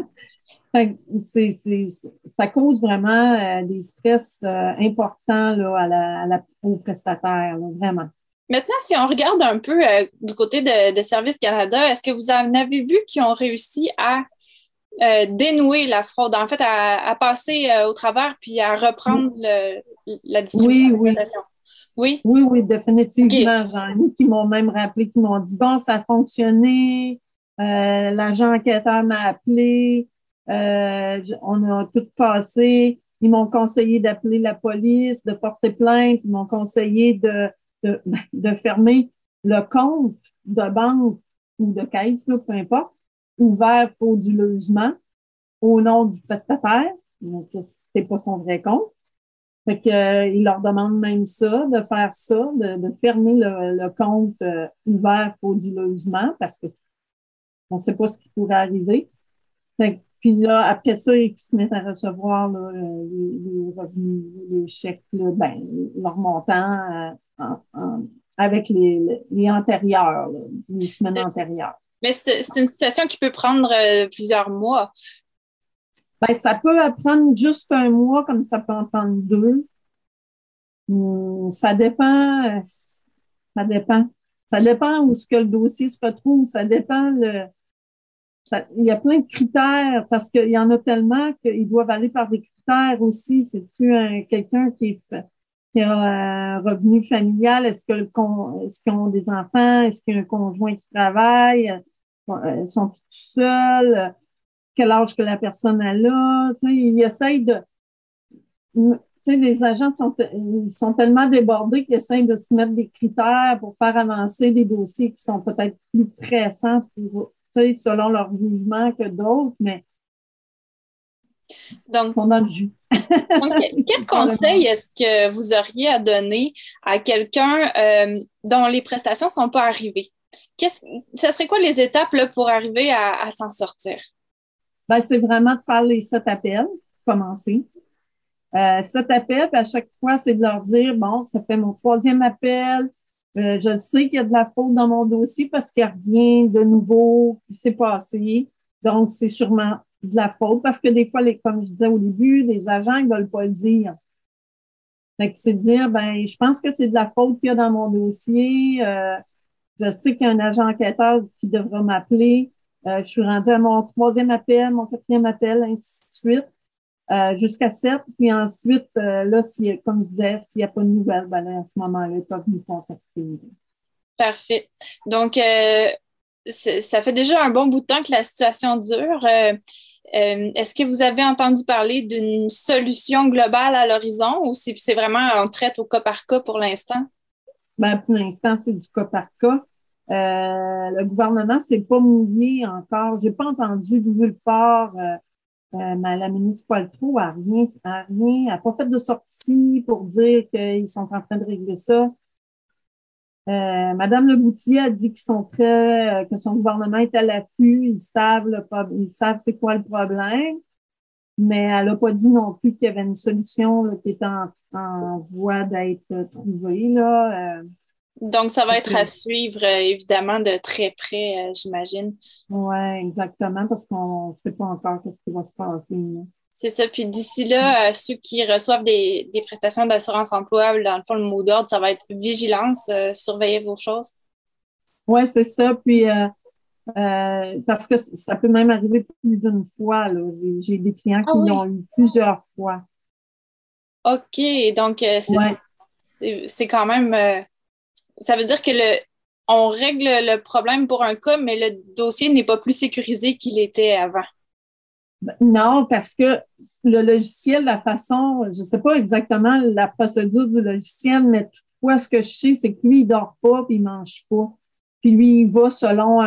Speaker 5: Ça cause vraiment des stress importants là, aux prestataires, là, vraiment.
Speaker 7: Maintenant, si on regarde un peu du côté de Service Canada, est-ce que vous en avez vu qui ont réussi à dénouer la fraude, en fait, à passer au travers puis à reprendre la distribution de l'information? Oui?
Speaker 5: Oui, définitivement. Okay. J'en ai qui m'ont même rappelé, qui m'ont dit, bon, ça a fonctionné, l'agent enquêteur m'a appelé, on a tout passé, ils m'ont conseillé d'appeler la police, de porter plainte, ils m'ont conseillé de fermer le compte de banque ou de caisse, là, peu importe, ouvert frauduleusement au nom du prestataire, donc c'est pas son vrai compte. Fait que, ils leur demandent même ça, de faire ça, de fermer le compte ouvert frauduleusement parce que on ne sait pas ce qui pourrait arriver. Fait que, puis là, après ça, ils se mettent à recevoir là, les revenus, les chèques, là, leur montant avec les antérieurs, là, les semaines antérieures.
Speaker 7: Mais c'est une situation qui peut prendre plusieurs mois.
Speaker 5: Ça peut prendre juste un mois, comme ça peut en prendre 2. Ça dépend. Ça dépend où est-ce que le dossier se retrouve. Ça dépend. Il y a plein de critères parce qu'il y en a tellement qu'ils doivent aller par des critères aussi. C'est plus quelqu'un qui a un revenu familial. Est-ce qu'ils ont des enfants? Est-ce qu'il y a un conjoint qui travaille? Ils sont tous seuls? Quel âge que la personne a là? Ils essayent de... les agents sont tellement débordés qu'ils essayent de se mettre des critères pour faire avancer des dossiers qui sont peut-être plus pressants selon leur jugement que d'autres, mais
Speaker 7: donc,
Speaker 5: on dans le jus.
Speaker 7: Donc, quel conseil est-ce que vous auriez à donner à quelqu'un dont les prestations ne sont pas arrivées? Ça serait quoi les étapes là, pour arriver à s'en sortir?
Speaker 5: C'est vraiment de faire les 7 appels, commencer. 7 appels, puis à chaque fois, c'est de leur dire, bon, ça fait mon 3e appel, je sais qu'il y a de la faute dans mon dossier parce qu'il n'y a rien de nouveau qui s'est passé. Donc, c'est sûrement de la faute parce que des fois, comme je disais au début, les agents, ils ne veulent pas le dire. Fait que c'est de dire, je pense que c'est de la faute qu'il y a dans mon dossier. Je sais qu'il y a un agent enquêteur qui devra m'appeler. Je suis rendue à mon 3e appel, mon 4e appel, ainsi de suite. Jusqu'à 7. Puis ensuite, là, comme je disais, s'il n'y a pas de nouvelles, là, à ce moment-là, ils peuvent nous contacter.
Speaker 7: Parfait. Donc, ça fait déjà un bon bout de temps que la situation dure. Est-ce que vous avez entendu parler d'une solution globale à l'horizon ou si c'est vraiment on traite au cas par cas pour l'instant?
Speaker 5: Pour l'instant, c'est du cas par cas. Le gouvernement ne s'est pas mouillé encore. Je n'ai pas entendu de nulle part. La ministre Poiltreau n'a pas fait de sortie pour dire qu'ils sont en train de régler ça. Madame Leboutier a dit qu'ils sont prêts, que son gouvernement est à l'affût, ils savent c'est quoi le problème, mais elle n'a pas dit non plus qu'il y avait une solution là, qui est en voie d'être trouvée. Là.
Speaker 7: Donc, ça va être à suivre, évidemment, de très près, j'imagine.
Speaker 5: Oui, exactement, parce qu'on ne sait pas encore ce qui va se passer. Là.
Speaker 7: C'est ça. Puis d'ici là, ceux qui reçoivent des prestations d'assurance-emploi, dans le fond, le mot d'ordre, ça va être vigilance, surveiller vos choses.
Speaker 5: Oui, c'est ça. Puis, parce que ça peut même arriver plus d'une fois. Là. J'ai des clients qui l'ont eu plusieurs fois.
Speaker 7: OK, donc c'est quand même... ça veut dire que on règle le problème pour un cas, mais le dossier n'est pas plus sécurisé qu'il était avant.
Speaker 5: Non, parce que le logiciel, la façon, je ne sais pas exactement la procédure du logiciel, mais toutefois, ce que je sais, c'est que lui, il ne dort pas puis il ne mange pas. Puis lui, il va selon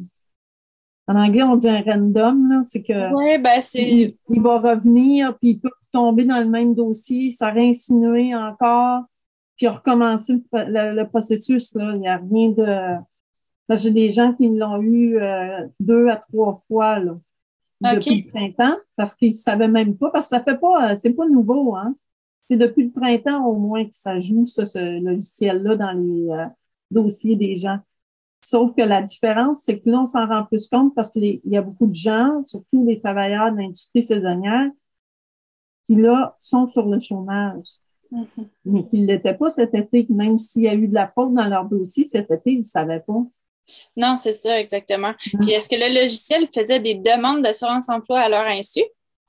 Speaker 5: en anglais, on dit un random, là, c'est que il va revenir, puis il peut tomber dans le même dossier, se réinsinuer encore, puis recommencer le processus. Là. Il n'y a rien de... Parce que j'ai des gens qui l'ont eu 2 à 3 fois là, depuis le printemps, parce qu'ils ne savaient même pas, parce que ça fait pas, c'est pas nouveau, hein. C'est depuis le printemps au moins que ça joue, ce logiciel-là, dans les dossiers des gens. Sauf que la différence, c'est que là, on s'en rend plus compte parce qu'il y a beaucoup de gens, surtout les travailleurs de l'industrie saisonnière, qui, là, sont sur le chômage. Mm-hmm. Mais qui ne l'étaient pas cet été, même s'il y a eu de la faute dans leur dossier, cet été, ils ne savaient pas.
Speaker 7: Non, c'est ça, exactement. Puis est-ce que le logiciel faisait des demandes d'assurance-emploi à leur insu?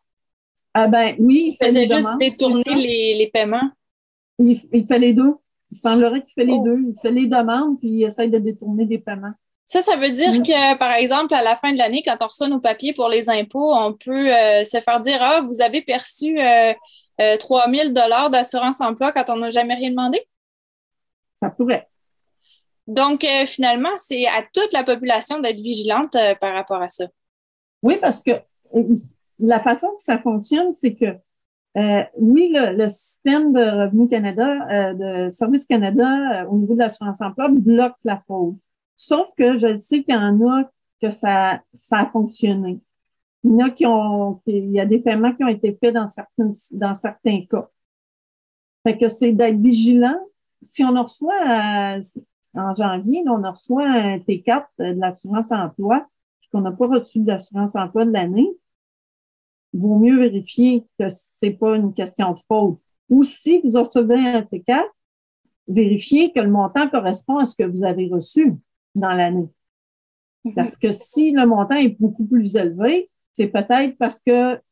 Speaker 5: Oui,
Speaker 7: il faisait juste détourner les paiements.
Speaker 5: Il fait les deux. Il semblerait qu'il fait les deux. Il fait les demandes, puis il essaie de détourner des paiements.
Speaker 7: Ça veut dire que, par exemple, à la fin de l'année, quand on reçoit nos papiers pour les impôts, on peut se faire dire « Ah, vous avez perçu 3 000 $ d'assurance-emploi quand on n'a jamais rien demandé? »
Speaker 5: Ça pourrait.
Speaker 7: Donc, finalement, c'est à toute la population d'être vigilante par rapport à ça.
Speaker 5: Oui, parce que la façon que ça fonctionne, c'est que oui, le système de Revenu Canada, de Service Canada, au niveau de l'assurance-emploi, bloque la fraude. Sauf que je sais qu'il y en a que ça a fonctionné. Il y en a il y a des paiements qui ont été faits dans certains cas. Fait que c'est d'être vigilant. Si on en reçoit en janvier, on en reçoit un T4 de l'assurance-emploi, puis qu'on n'a pas reçu de l'assurance-emploi de l'année, il vaut mieux vérifier que c'est pas une question de faute. Ou si vous recevez un T4, vérifiez que le montant correspond à ce que vous avez reçu dans l'année. Parce que si le montant est beaucoup plus élevé, c'est peut-être parce que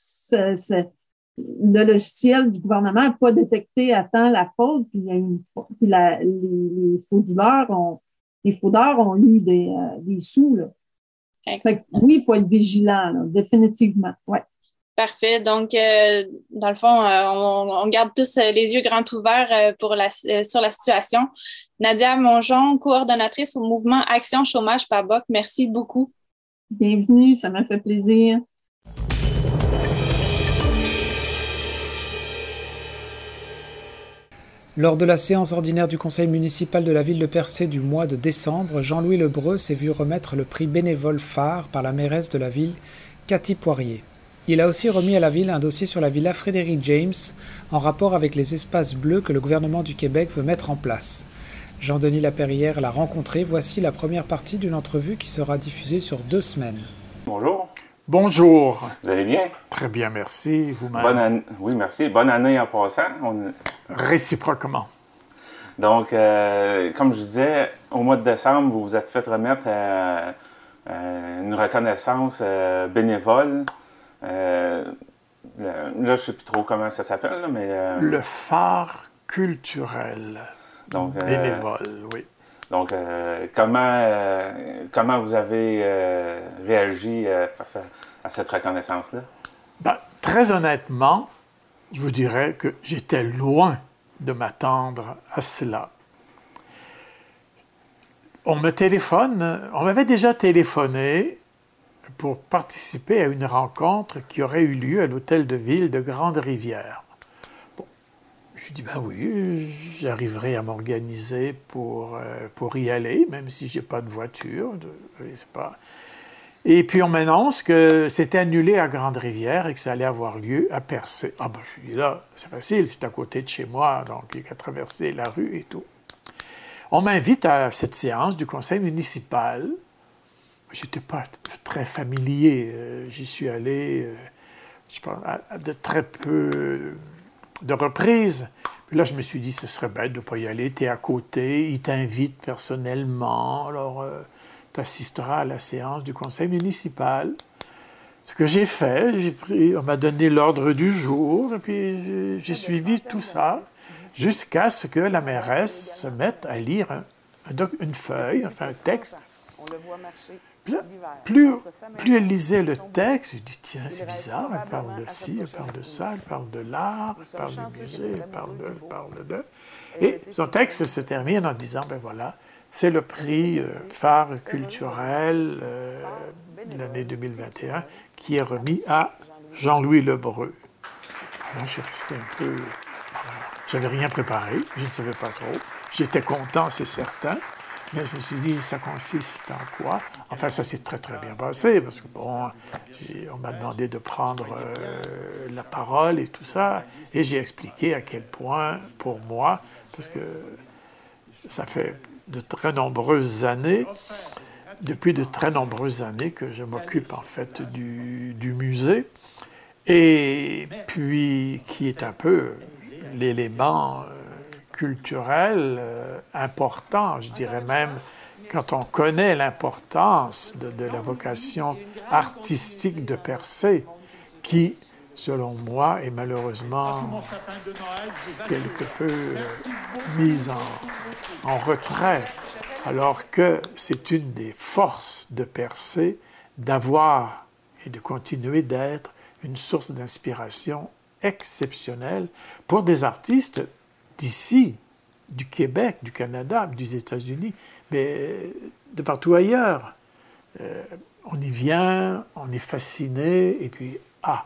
Speaker 5: le logiciel du gouvernement n'a pas détecté à temps la faute, puis il y a une faute, puis les fraudeurs ont eu des sous, là. Fait que, oui, il faut être vigilant, là, définitivement. Ouais.
Speaker 7: Parfait. Donc, dans le fond, on garde tous les yeux grands ouverts sur la situation. Nadia Mongeon, coordonnatrice au mouvement Action Chômage PABOC, merci beaucoup.
Speaker 5: Bienvenue, ça m'a fait plaisir.
Speaker 2: Lors de la séance ordinaire du conseil municipal de la ville de Percé du mois de décembre, Jean-Louis Lebreu s'est vu remettre le prix bénévole phare par la mairesse de la ville, Cathy Poirier. Il a aussi remis à la ville un dossier sur la villa Frédéric James en rapport avec les espaces bleus que le gouvernement du Québec veut mettre en place. Jean-Denis Laperrière l'a rencontré. Voici la première partie d'une entrevue qui sera diffusée sur 2 semaines.
Speaker 8: Bonjour.
Speaker 6: Bonjour.
Speaker 8: Vous allez bien?
Speaker 6: Très bien, merci. Vous-même?
Speaker 8: Bonne année. Oui, merci. Bonne année en passant.
Speaker 6: Réciproquement.
Speaker 8: Donc, comme je disais, au mois de décembre, vous vous êtes fait remettre une reconnaissance bénévole. Là, je ne sais plus trop comment ça s'appelle, mais...
Speaker 6: Le phare culturel bénévole, oui.
Speaker 8: Donc, comment vous avez réagi face à cette reconnaissance-là?
Speaker 6: Ben, très honnêtement, je vous dirais que j'étais loin de m'attendre à cela. On m'avait déjà téléphoné pour participer à une rencontre qui aurait eu lieu à l'hôtel de ville de Grande-Rivière. Bon, je dis, ben oui, j'arriverai à m'organiser pour y aller, même si je n'ai pas de voiture. Et puis on m'annonce que c'était annulé à Grande-Rivière et que ça allait avoir lieu à Percé. Ah ben je dis là, c'est facile, c'est à côté de chez moi, donc il n'y a qu'à traverser la rue et tout. On m'invite à cette séance du conseil municipal. Je n'étais pas très familier. J'y suis allé, je pense, à de très peu de reprises. Puis là, je me suis dit, ce serait bête de ne pas y aller. Tu es à côté, ils t'invitent personnellement. Alors, tu assisteras à la séance du conseil municipal. Ce que j'ai fait, on m'a donné l'ordre du jour, et puis j'ai suivi tout ça jusqu'à ce que la mairesse se mette à lire une feuille, enfin un texte. Plus elle lisait le texte, je dis, tiens, c'est bizarre, elle parle de ci, elle parle de ça, elle parle de l'art, elle parle du musée, elle parle de... Et son texte se termine en disant, ben voilà, c'est le prix phare culturel de l'année 2021 qui est remis à Jean-Louis Lebreu. Moi, je suis resté un peu... Je n'avais rien préparé, je ne savais pas trop. J'étais content, c'est certain. Mais je me suis dit, ça consiste en quoi? Enfin, ça s'est très, très bien passé, parce que, bon, on m'a demandé de prendre la parole et tout ça, et j'ai expliqué à quel point, pour moi, parce que ça fait de très nombreuses années, depuis de très nombreuses années que je m'occupe, en fait, du musée, et puis qui est un peu l'élément culturel important, je dirais même, quand on connaît l'importance de la vocation artistique de Percé, qui, selon moi, est malheureusement quelque peu mise en retrait, alors que c'est une des forces de Percé d'avoir et de continuer d'être une source d'inspiration exceptionnelle pour des artistes d'ici, du Québec, du Canada, des États-Unis, mais de partout ailleurs. On y vient, on est fasciné, et puis,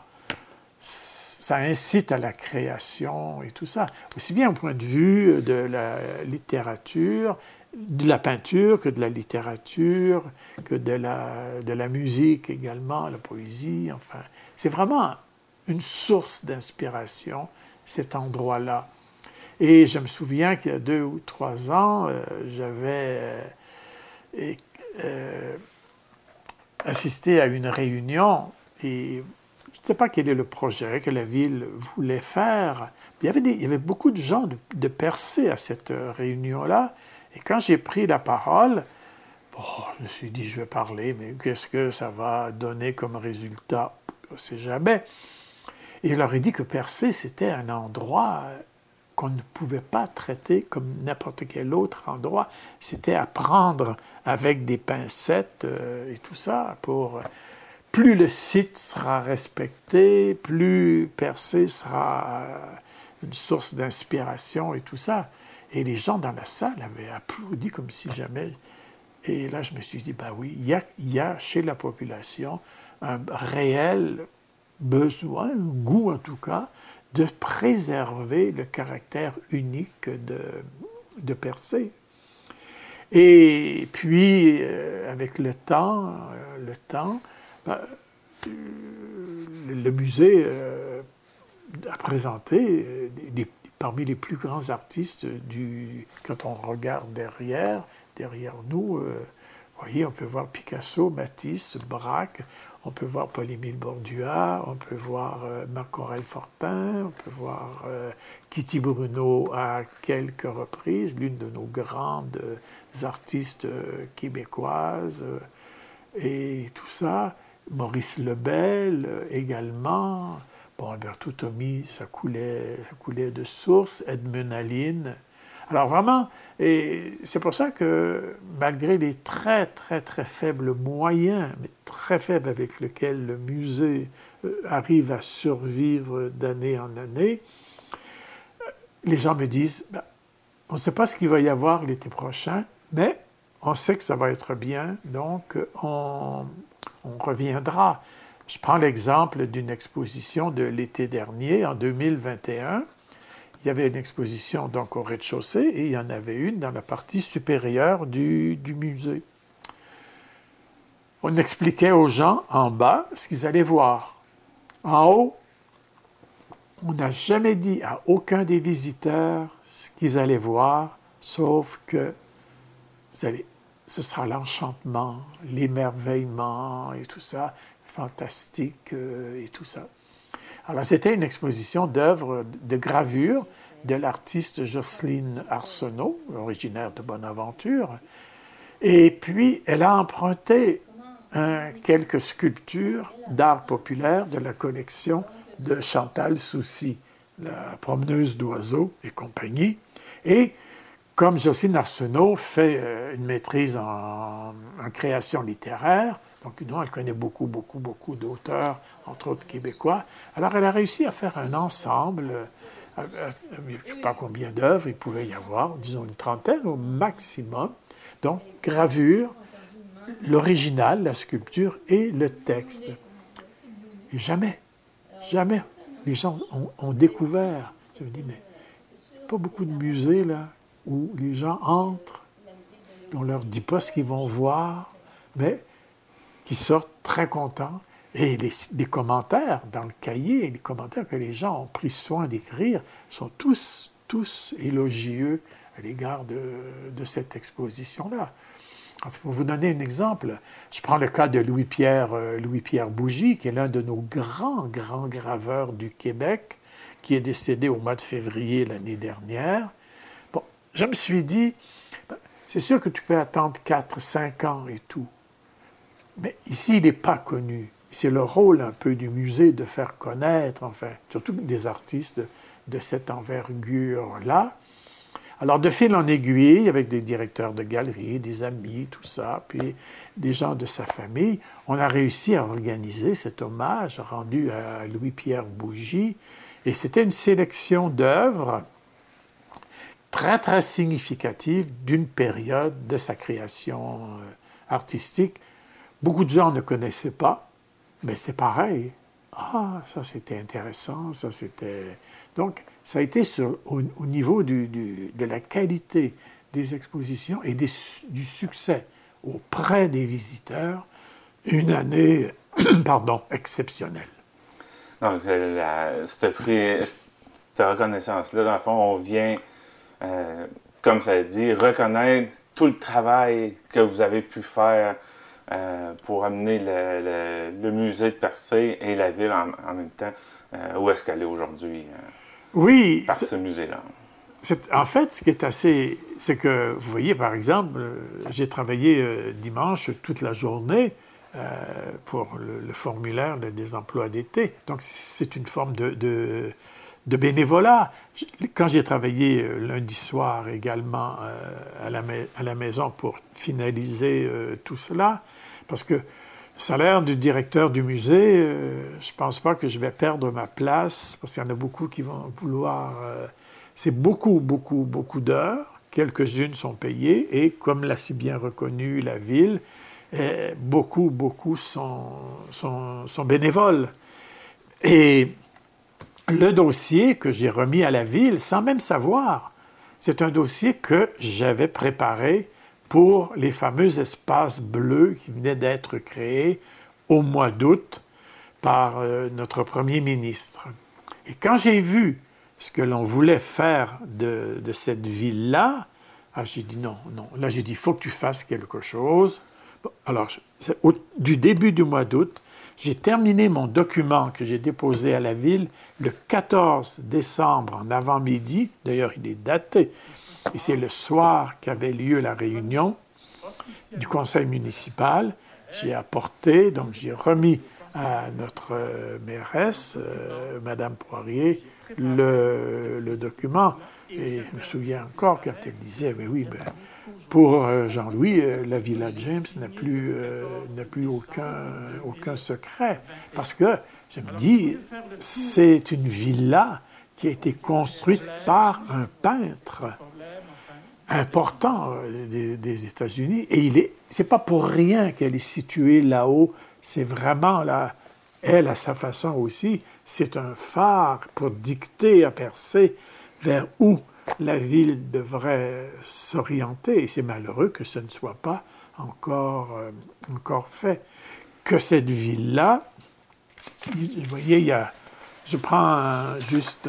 Speaker 6: ça incite à la création et tout ça. Aussi bien au point de vue de la littérature, de la peinture, que de la littérature, que de la musique également, la poésie, enfin. C'est vraiment une source d'inspiration, cet endroit-là. Et je me souviens qu'il y a 2 ou 3 ans, j'avais assisté à une réunion et je ne sais pas quel est le projet que la ville voulait faire. Il y avait beaucoup de gens de Percé à cette réunion-là. Et quand j'ai pris la parole, je me suis dit, je vais parler, mais qu'est-ce que ça va donner comme résultat? On ne sait jamais. Et je leur ai dit que Percé, c'était un endroit qu'on ne pouvait pas traiter comme n'importe quel autre endroit. C'était à prendre avec des pincettes et tout ça. Plus le site sera respecté, plus Percé sera une source d'inspiration et tout ça. Et les gens dans la salle avaient applaudi comme si jamais... Et là, je me suis dit, ben oui, il y a chez la population un réel besoin, un goût en tout cas, de préserver le caractère unique de Percé. Et puis, avec le temps, le musée a présenté parmi les plus grands artistes quand on regarde derrière nous, vous voyez, on peut voir Picasso, Matisse, Braque, on peut voir Paul-Émile Bordua, on peut voir Marc-Aurèle Fortin, on peut voir Kitty Bruno à quelques reprises, l'une de nos grandes artistes québécoises, et tout ça. Maurice Lebel également. Bon, Alberto Tommy, ça coulait de source. Edmund Allin. Alors vraiment, et c'est pour ça que malgré les très, très, très faibles moyens, mais très faibles avec lesquels le musée arrive à survivre d'année en année, les gens me disent, on ne sait pas ce qu'il va y avoir l'été prochain, mais on sait que ça va être bien, donc on reviendra. Je prends l'exemple d'une exposition de l'été dernier, en 2021. Il y avait une exposition donc au rez-de-chaussée et il y en avait une dans la partie supérieure du musée. On expliquait aux gens en bas ce qu'ils allaient voir. En haut, on n'a jamais dit à aucun des visiteurs ce qu'ils allaient voir, sauf que ce sera l'enchantement, l'émerveillement et tout ça, fantastique et tout ça. Alors, c'était une exposition d'œuvres de gravure de l'artiste Jocelyne Arsenault, originaire de Bonaventure. Et puis, elle a emprunté quelques sculptures d'art populaire de la collection de Chantal Soucy, la promeneuse d'oiseaux et compagnie. Et comme Jocelyne Arsenault fait une maîtrise en création littéraire, donc elle connaît beaucoup d'auteurs, entre autres québécois, alors elle a réussi à faire un ensemble, je ne sais pas combien d'œuvres il pouvait y avoir, disons une trentaine au maximum, donc gravure, l'original, la sculpture et le texte. Et jamais, les gens ont découvert. Je me dis, mais il n'y a pas beaucoup de musées, là, où les gens entrent, on ne leur dit pas ce qu'ils vont voir, mais qui sortent très contents. Et les commentaires dans le cahier, les commentaires que les gens ont pris soin d'écrire sont tous élogieux à l'égard de cette exposition-là. Pour vous donner un exemple, je prends le cas de Louis-Pierre Bougie, qui est l'un de nos grands graveurs du Québec, qui est décédé au mois de février l'année dernière. Bon, je me suis dit, c'est sûr que tu peux attendre 4-5 ans et tout, mais ici, il n'est pas connu. C'est le rôle un peu du musée de faire connaître, enfin, surtout des artistes de cette envergure-là. Alors, de fil en aiguille, avec des directeurs de galeries, des amis, tout ça, puis des gens de sa famille, on a réussi à organiser cet hommage rendu à Louis-Pierre Bougie. Et c'était une sélection d'œuvres très significative d'une période de sa création artistique. Beaucoup de gens ne connaissaient pas, mais c'est pareil. Ah, ça c'était intéressant, ça c'était... Donc, ça a été au niveau de la qualité des expositions et du succès auprès des visiteurs, une année exceptionnelle.
Speaker 8: Donc, cette reconnaissance-là, dans le fond, on vient, comme ça dit, reconnaître tout le travail que vous avez pu faire pour amener le musée de Percé et la ville en même temps où est-ce qu'elle est aujourd'hui.
Speaker 6: Oui.
Speaker 8: Par ce musée-là.
Speaker 6: En fait, ce qui est assez... C'est que, vous voyez, par exemple, j'ai travaillé dimanche toute la journée pour le formulaire des emplois d'été. Donc, c'est une forme de bénévolat. Quand j'ai travaillé lundi soir également à la maison pour finaliser tout cela, parce que le salaire du directeur du musée, je ne pense pas que je vais perdre ma place, parce qu'il y en a beaucoup qui vont vouloir... c'est beaucoup d'heures, quelques-unes sont payées, et comme l'a si bien reconnu la ville, beaucoup sont bénévoles. Et le dossier que j'ai remis à la ville, sans même savoir, c'est un dossier que j'avais préparé pour les fameux espaces bleus qui venaient d'être créés au mois d'août par notre premier ministre. Et quand j'ai vu ce que l'on voulait faire de cette ville-là, j'ai dit non. Là, j'ai dit, il faut que tu fasses quelque chose. Bon, alors, du début du mois d'août, j'ai terminé mon document que j'ai déposé à la ville le 14 décembre en avant-midi. D'ailleurs, il est daté. Et c'est le soir qu'avait lieu la réunion du conseil municipal. J'ai apporté, donc j'ai remis à notre mairesse, Madame Poirier, le document. Et je me souviens encore quand elle disait, mais oui, pour Jean-Louis, la Villa James n'a plus aucun secret. Parce que, je me dis, c'est une villa qui a été construite par un peintre important des États-Unis. Et c'est pas pour rien qu'elle est située là-haut. C'est vraiment là, elle, à sa façon aussi, c'est un phare pour dicter à Percé vers où la ville devrait s'orienter. Et c'est malheureux que ce ne soit pas encore fait. Que cette ville-là, vous voyez, je prends juste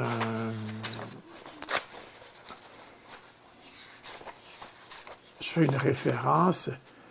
Speaker 6: je fais une référence.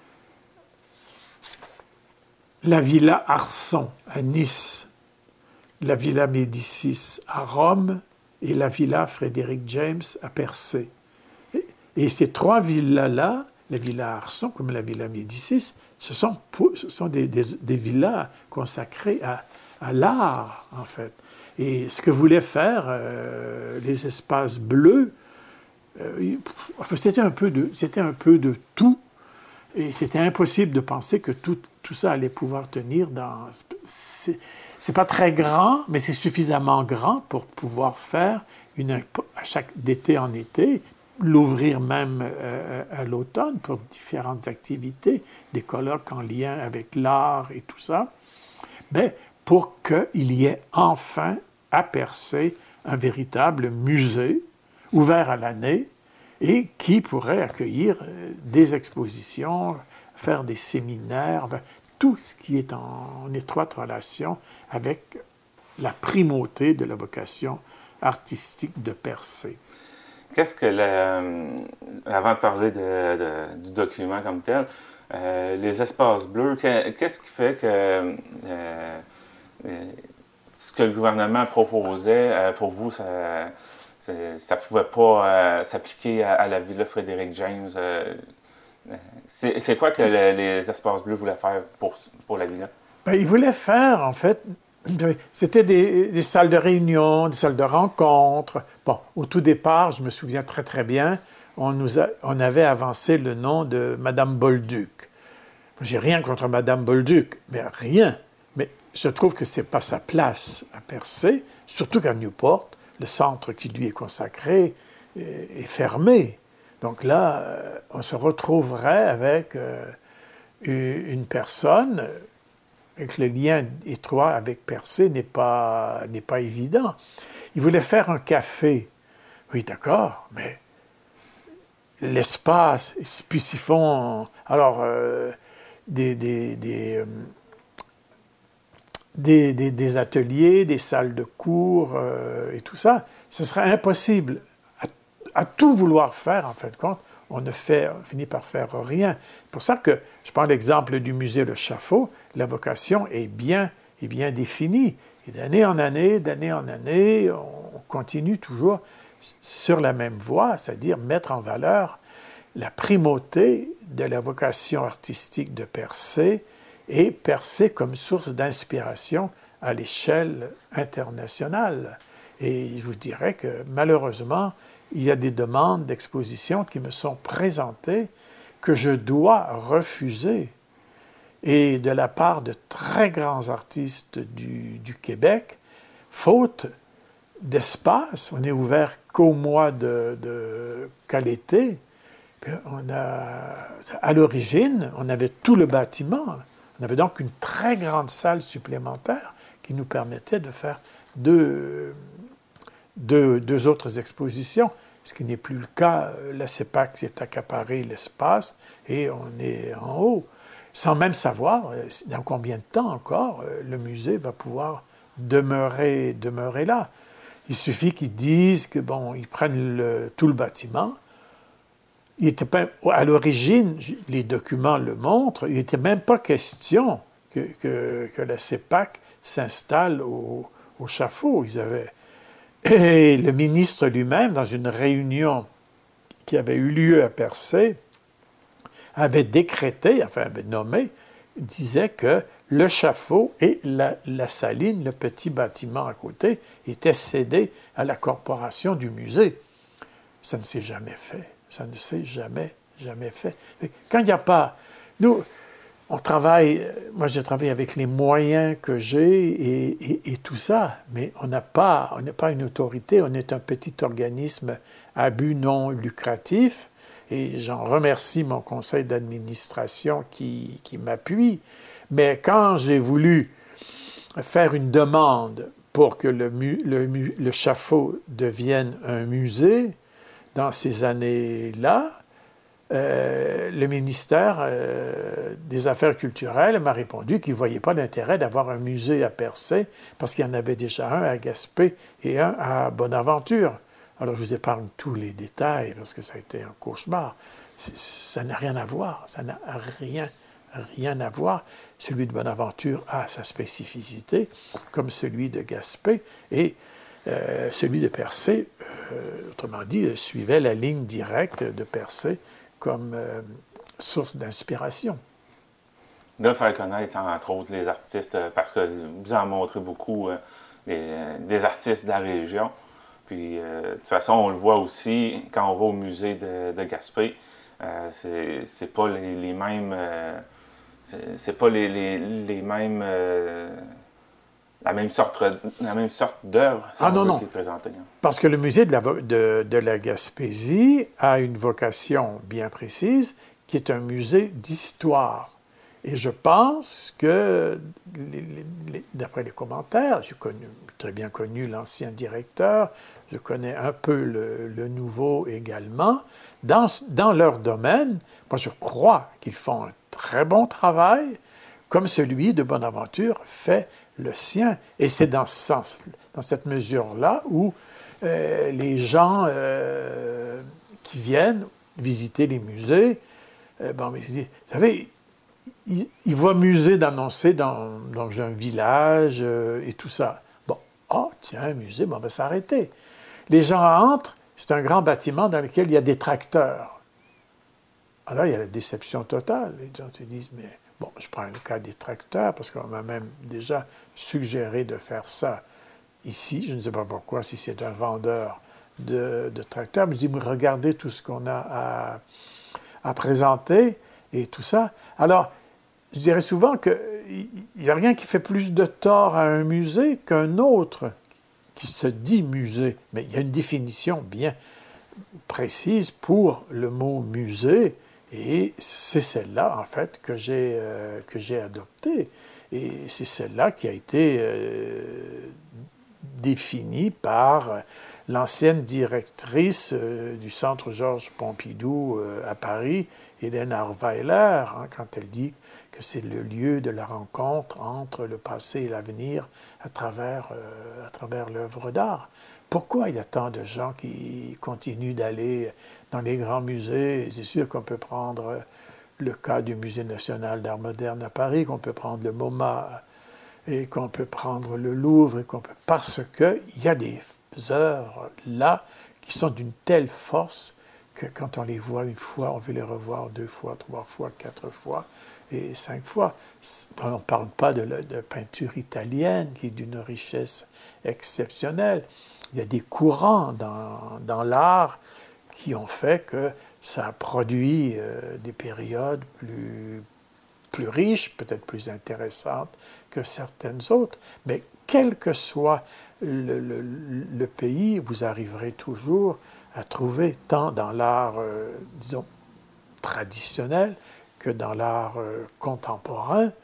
Speaker 6: La Villa Arson à Nice, la Villa Médicis à Rome et la Villa Frédéric James à Percé. Et ces trois villas-là, la Villa Arson comme la Villa Médicis, ce sont des villas consacrées à l'art, en fait. Et ce que voulaient faire les espaces bleus, c'était un peu de tout. Et c'était impossible de penser que tout ça allait pouvoir tenir dans... C'est pas très grand, mais c'est suffisamment grand pour pouvoir faire d'été en été, l'ouvrir même à l'automne pour différentes activités, des colloques en lien avec l'art et tout ça, mais pour qu'il y ait enfin à Percé un véritable musée ouvert à l'année et qui pourrait accueillir des expositions, faire des séminaires, tout ce qui est en étroite relation avec la primauté de la vocation artistique de Percé.
Speaker 8: Qu'est-ce que, avant de parler du document comme tel, les espaces bleus, qu'est-ce qui fait que ce que le gouvernement proposait, pour vous, ça ne pouvait pas s'appliquer à la Villa Frédéric James? C'est quoi que les espaces bleus voulaient faire pour la Villa?
Speaker 6: Bien, ils voulaient faire, en fait, c'était des salles de réunion, des salles de rencontre. Bon, au tout départ, je me souviens très, très bien, on avait avancé le nom de Madame Bolduc. J'ai rien contre Madame Bolduc, mais rien. Mais je trouve que ce n'est pas sa place à Percé, surtout qu'à Newport, le centre qui lui est consacré est fermé. Donc là, on se retrouverait avec une personne et que le lien étroit avec Percé n'est pas évident. Il voulait faire un café. Oui, d'accord, mais l'espace, puis s'ils font alors des ateliers, des salles de cours et tout ça, ce serait impossible à tout vouloir faire, en fin de compte. On finit par faire rien. C'est pour ça que je prends l'exemple du musée Le Chaffaut. La vocation est bien définie. Et d'année en année, on continue toujours sur la même voie, c'est-à-dire mettre en valeur la primauté de la vocation artistique de Percé et Percé comme source d'inspiration à l'échelle internationale. Et je vous dirais que malheureusement, il y a des demandes d'exposition qui me sont présentées que je dois refuser. Et de la part de très grands artistes du Québec, faute d'espace, on n'est ouvert qu'au mois qu'à l'été. À l'origine, on avait tout le bâtiment. On avait donc une très grande salle supplémentaire qui nous permettait de faire deux autres expositions, ce qui n'est plus le cas. La CEPAC s'est accaparé l'espace et on est en haut, sans même savoir dans combien de temps encore le musée va pouvoir demeurer là. Il suffit qu'ils disent que ils prennent tout le bâtiment. Il était pas, à l'origine, les documents le montrent, il n'était même pas question que la CEPAC s'installe au Chaffaut. Et le ministre lui-même, dans une réunion qui avait eu lieu à Percé, avait nommé, disait que le Chaffaut et la saline, le petit bâtiment à côté, étaient cédés à la corporation du musée. Ça ne s'est jamais fait. Ça ne s'est jamais fait. Quand il n'y a pas... Nous, on travaille... Moi, je travaille avec les moyens que j'ai et tout ça, mais on n'a pas une autorité. On est un petit organisme à but non lucratif et j'en remercie mon conseil d'administration qui m'appuie. Mais quand j'ai voulu faire une demande pour que le Chaffaut devienne un musée, dans ces années-là, le ministère des Affaires culturelles m'a répondu qu'il ne voyait pas l'intérêt d'avoir un musée à Percé parce qu'il y en avait déjà un à Gaspé et un à Bonaventure. Alors, je vous épargne tous les détails parce que ça a été un cauchemar. Ça n'a rien à voir. Ça n'a rien à voir. Celui de Bonaventure a sa spécificité, comme celui de Gaspé, et celui de Percé, autrement dit, suivait la ligne directe de Percé comme source d'inspiration.
Speaker 8: De faire connaître, entre autres, les artistes, parce que vous en montrez beaucoup des artistes de la région. Puis, de toute façon, on le voit aussi quand on va au musée de Gaspé. C'est pas les mêmes... c'est pas les mêmes... la même sorte d'œuvre qui est présentée.
Speaker 6: Parce que le musée de la Gaspésie a une vocation bien précise, qui est un musée d'histoire. Et je pense que, d'après les commentaires, j'ai très bien connu l'ancien directeur, je connais un peu le nouveau également. Dans leur domaine, moi je crois qu'ils font un très bon travail, comme celui de Bonaventure fait le sien. Et c'est dans cette mesure-là où les gens qui viennent visiter les musées, ils se disent, vous savez, il voit musée d'annoncer dans un village et tout ça. Bon, tiens, un musée, on va s'arrêter. Les gens entrent, c'est un grand bâtiment dans lequel il y a des tracteurs. Alors, il y a la déception totale. Les gens se disent, mais bon, je prends le cas des tracteurs, parce qu'on m'a même déjà suggéré de faire ça ici. Je ne sais pas pourquoi, si c'est un vendeur de tracteurs, mais je dis, regardez tout ce qu'on a à présenter et tout ça. Alors, je dirais souvent qu'il n'y a rien qui fait plus de tort à un musée qu'un autre qui se dit musée. Mais il y a une définition bien précise pour le mot musée, et c'est celle-là, en fait, que j'ai adoptée. Et c'est celle-là qui a été définie par l'ancienne directrice du Centre Georges Pompidou à Paris, Hélène Arweiler, quand elle dit que c'est le lieu de la rencontre entre le passé et l'avenir à travers l'œuvre d'art. Pourquoi il y a tant de gens qui continuent d'aller dans les grands musées? C'est sûr qu'on peut prendre le cas du Musée national d'art moderne à Paris, qu'on peut prendre le MoMA et qu'on peut prendre le Louvre, et parce qu'il y a des œuvres là qui sont d'une telle force que quand on les voit une fois, on veut les revoir 2 fois, 3 fois, 4 fois et 5 fois. On ne parle pas de peinture italienne qui est d'une richesse exceptionnelle. Il y a des courants dans l'art qui ont fait que ça a produit des périodes plus riches, peut-être plus intéressantes que certaines autres. Mais quel que soit le pays, vous arriverez toujours à trouver, tant dans l'art, disons, traditionnel que dans l'art contemporain,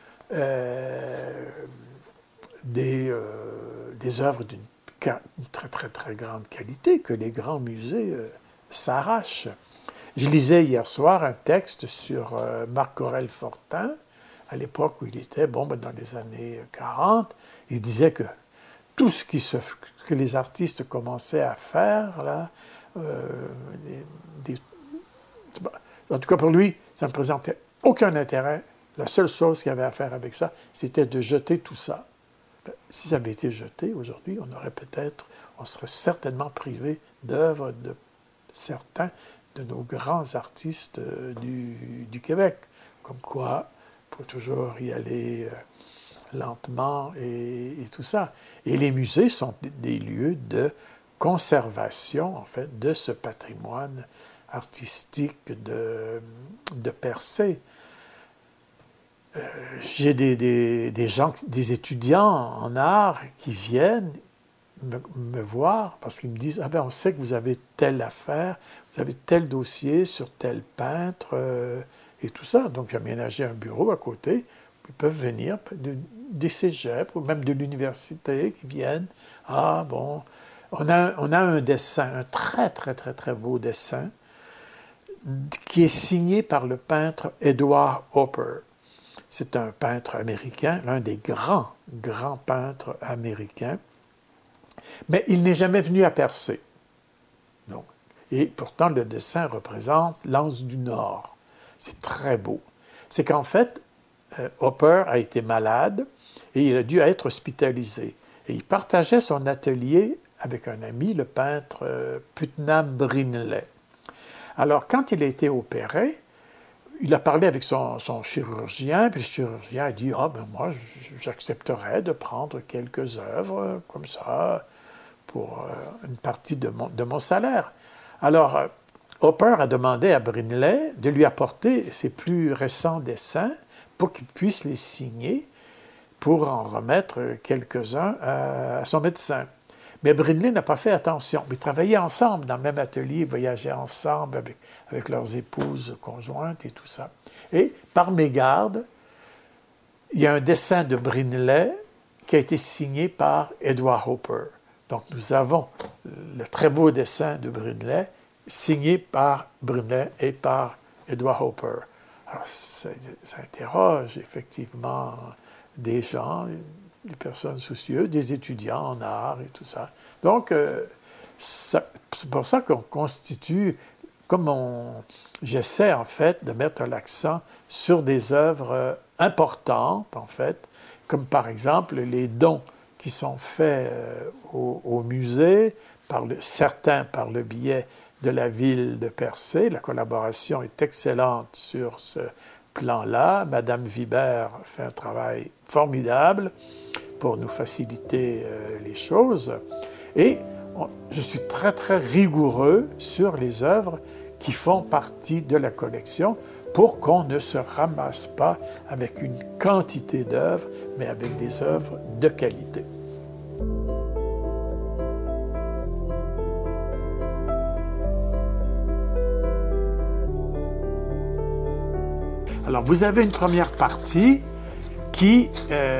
Speaker 6: des œuvres d'une très, très, très grande qualité que les grands musées s'arrachent. Je lisais hier soir un texte sur Marc-Aurèle Fortin, à l'époque où il était, dans les années 40. Il disait que tout ce que les artistes commençaient à faire, là, en tout cas pour lui, ça ne présentait aucun intérêt. La seule chose qu'il y avait à faire avec ça, c'était de jeter tout ça. Si ça avait été jeté aujourd'hui, on serait certainement privé d'œuvres de certains de nos grands artistes du Québec. Comme quoi, il faut toujours y aller lentement et tout ça. Et les musées sont des lieux de conservation, en fait, de ce patrimoine artistique de Percé. J'ai des gens, des étudiants en art qui viennent me voir parce qu'ils me disent « Ah ben on sait que vous avez telle affaire, vous avez tel dossier sur tel peintre et tout ça. » Donc j'ai aménagé un bureau à côté. Ils peuvent venir des cégeps ou même de l'université qui viennent. « Ah bon, on a un dessin, un très très très très beau dessin qui est signé par le peintre Edward Hopper. » C'est un peintre américain, l'un des grands peintres américains, mais il n'est jamais venu à Percé. Donc, et pourtant, le dessin représente l'Anse du Nord. C'est très beau. C'est qu'en fait, Hopper a été malade et il a dû être hospitalisé. Et il partageait son atelier avec un ami, le peintre Putnam Brinley. Alors, quand il a été opéré, il a parlé avec son chirurgien, puis le chirurgien a dit « Ah, ben moi, j'accepterais de prendre quelques œuvres comme ça pour une partie de mon salaire. » Alors, Hopper a demandé à Brinley de lui apporter ses plus récents dessins pour qu'il puisse les signer pour en remettre quelques-uns à son médecin. Mais Brinley n'a pas fait attention. Ils travaillaient ensemble dans le même atelier, voyageaient ensemble avec leurs épouses conjointes et tout ça. Et par mégarde, il y a un dessin de Brinley qui a été signé par Edward Hopper. Donc nous avons le très beau dessin de Brinley signé par Brinley et par Edward Hopper. Alors ça interroge effectivement des gens, des personnes soucieuses, des étudiants en art et tout ça. Donc, c'est pour ça qu'on constitue, j'essaie en fait de mettre l'accent sur des œuvres importantes, en fait, comme par exemple les dons qui sont faits au musée, certains par le biais de la ville de Percé. La collaboration est excellente sur ce plan-là. Madame Vibert fait un travail formidable pour nous faciliter les choses. Et je suis très, très rigoureux sur les œuvres qui font partie de la collection pour qu'on ne se ramasse pas avec une quantité d'œuvres, mais avec des œuvres de qualité. Alors, vous avez une première partie qui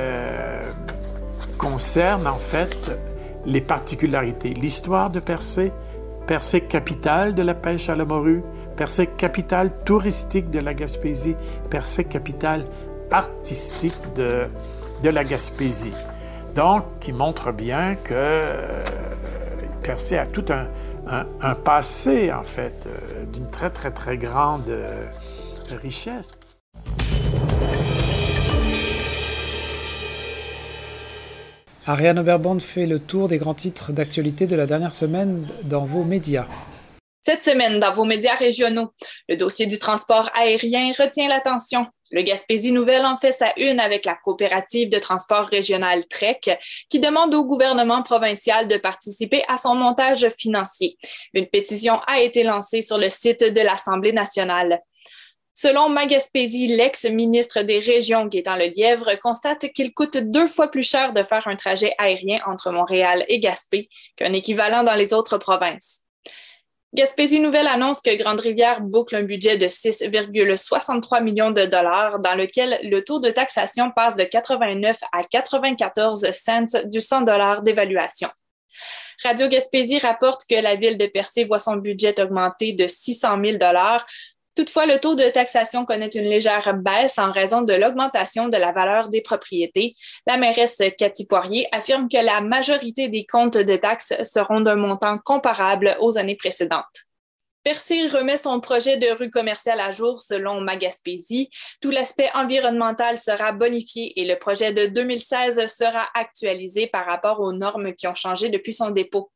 Speaker 6: concerne en fait les particularités. L'histoire de Percé, Percé capitale de la pêche à la morue, Percé capitale touristique de la Gaspésie, Percé capitale artistique de la Gaspésie. Donc, qui montre bien que Percé a tout un passé, en fait, d'une très, très, très grande richesse.
Speaker 2: Ariane Oberbond fait le tour des grands titres d'actualité de la dernière semaine dans vos médias.
Speaker 7: Cette semaine, dans vos médias régionaux, le dossier du transport aérien retient l'attention. Le Gaspésie Nouvelle en fait sa une avec la coopérative de transport régional TREC qui demande au gouvernement provincial de participer à son montage financier. Une pétition a été lancée sur le site de l'Assemblée nationale. Selon Magaspésie, l'ex-ministre des Régions, Gaétan Lelièvre, constate qu'il coûte 2 fois plus cher de faire un trajet aérien entre Montréal et Gaspé qu'un équivalent dans les autres provinces. Gaspésie Nouvelle annonce que Grande-Rivière boucle un budget de 6,63 millions de dollars dans lequel le taux de taxation passe de 89 à 94 cents du 100 $ d'évaluation. Radio Gaspésie rapporte que la ville de Percé voit son budget augmenter de 600 000 $. Toutefois, le taux de taxation connaît une légère baisse en raison de l'augmentation de la valeur des propriétés. La mairesse Cathy Poirier affirme que la majorité des comptes de taxes seront d'un montant comparable aux années précédentes. Percé remet son projet de rue commerciale à jour selon Magaspésie. Tout l'aspect environnemental sera bonifié et le projet de 2016 sera actualisé par rapport aux normes qui ont changé depuis son dépôt.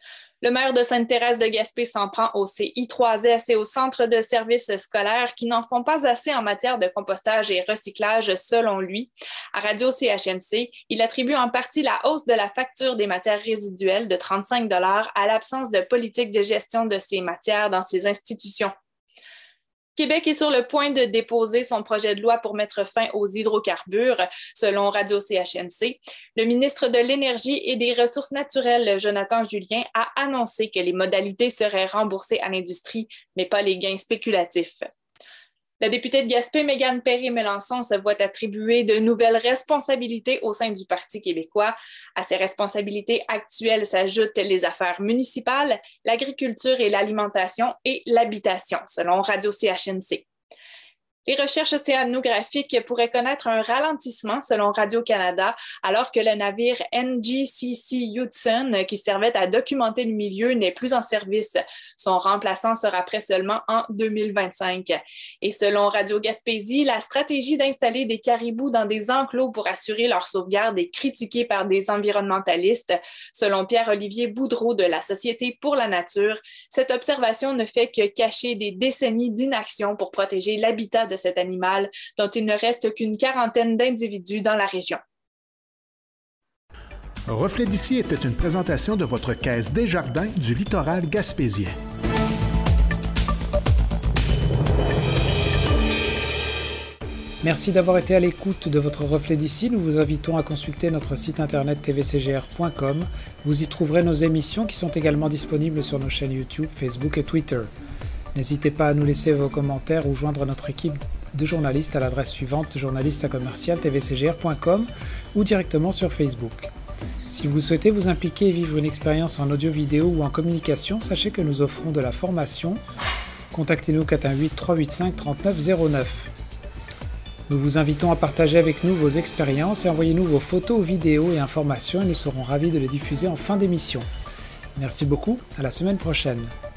Speaker 7: Le maire de Sainte-Thérèse de Gaspé s'en prend au CI3S et au centre de services scolaires qui n'en font pas assez en matière de compostage et recyclage selon lui. À Radio CHNC, il attribue en partie la hausse de la facture des matières résiduelles de 35 $ à l'absence de politique de gestion de ces matières dans ces institutions. Québec est sur le point de déposer son projet de loi pour mettre fin aux hydrocarbures, selon Radio CHNC. Le ministre de l'Énergie et des Ressources naturelles, Jonathan Julien, a annoncé que les modalités seraient remboursées à l'industrie, mais pas les gains spéculatifs. La députée de Gaspé, Mégane Perry-Melançon, se voit attribuer de nouvelles responsabilités au sein du Parti québécois. À ces responsabilités actuelles s'ajoutent les affaires municipales, l'agriculture et l'alimentation et l'habitation, selon Radio CHNC. Les recherches océanographiques pourraient connaître un ralentissement selon Radio-Canada, alors que le navire NGCC Hudson, qui servait à documenter le milieu, n'est plus en service. Son remplaçant sera prêt seulement en 2025. Et selon Radio-Gaspésie, la stratégie d'installer des caribous dans des enclos pour assurer leur sauvegarde est critiquée par des environnementalistes. Selon Pierre-Olivier Boudreau de la Société pour la nature, cette observation ne fait que cacher des décennies d'inaction pour protéger l'habitat de cet animal dont il ne reste qu'une quarantaine d'individus dans la région.
Speaker 1: Reflet d'ici était une présentation de votre caisse Desjardins du littoral gaspésien.
Speaker 2: Merci d'avoir été à l'écoute de votre Reflet d'ici. Nous vous invitons à consulter notre site internet tvcgr.com. Vous y trouverez nos émissions qui sont également disponibles sur nos chaînes YouTube, Facebook et Twitter. N'hésitez pas à nous laisser vos commentaires ou joindre notre équipe de journalistes à l'adresse suivante journaliste@tvcgr.com ou directement sur Facebook. Si vous souhaitez vous impliquer et vivre une expérience en audio-vidéo ou en communication, sachez que nous offrons de la formation. Contactez-nous 418-385-3909. Nous vous invitons à partager avec nous vos expériences et envoyez-nous vos photos, vidéos et informations et nous serons ravis de les diffuser en fin d'émission. Merci beaucoup, à la semaine prochaine.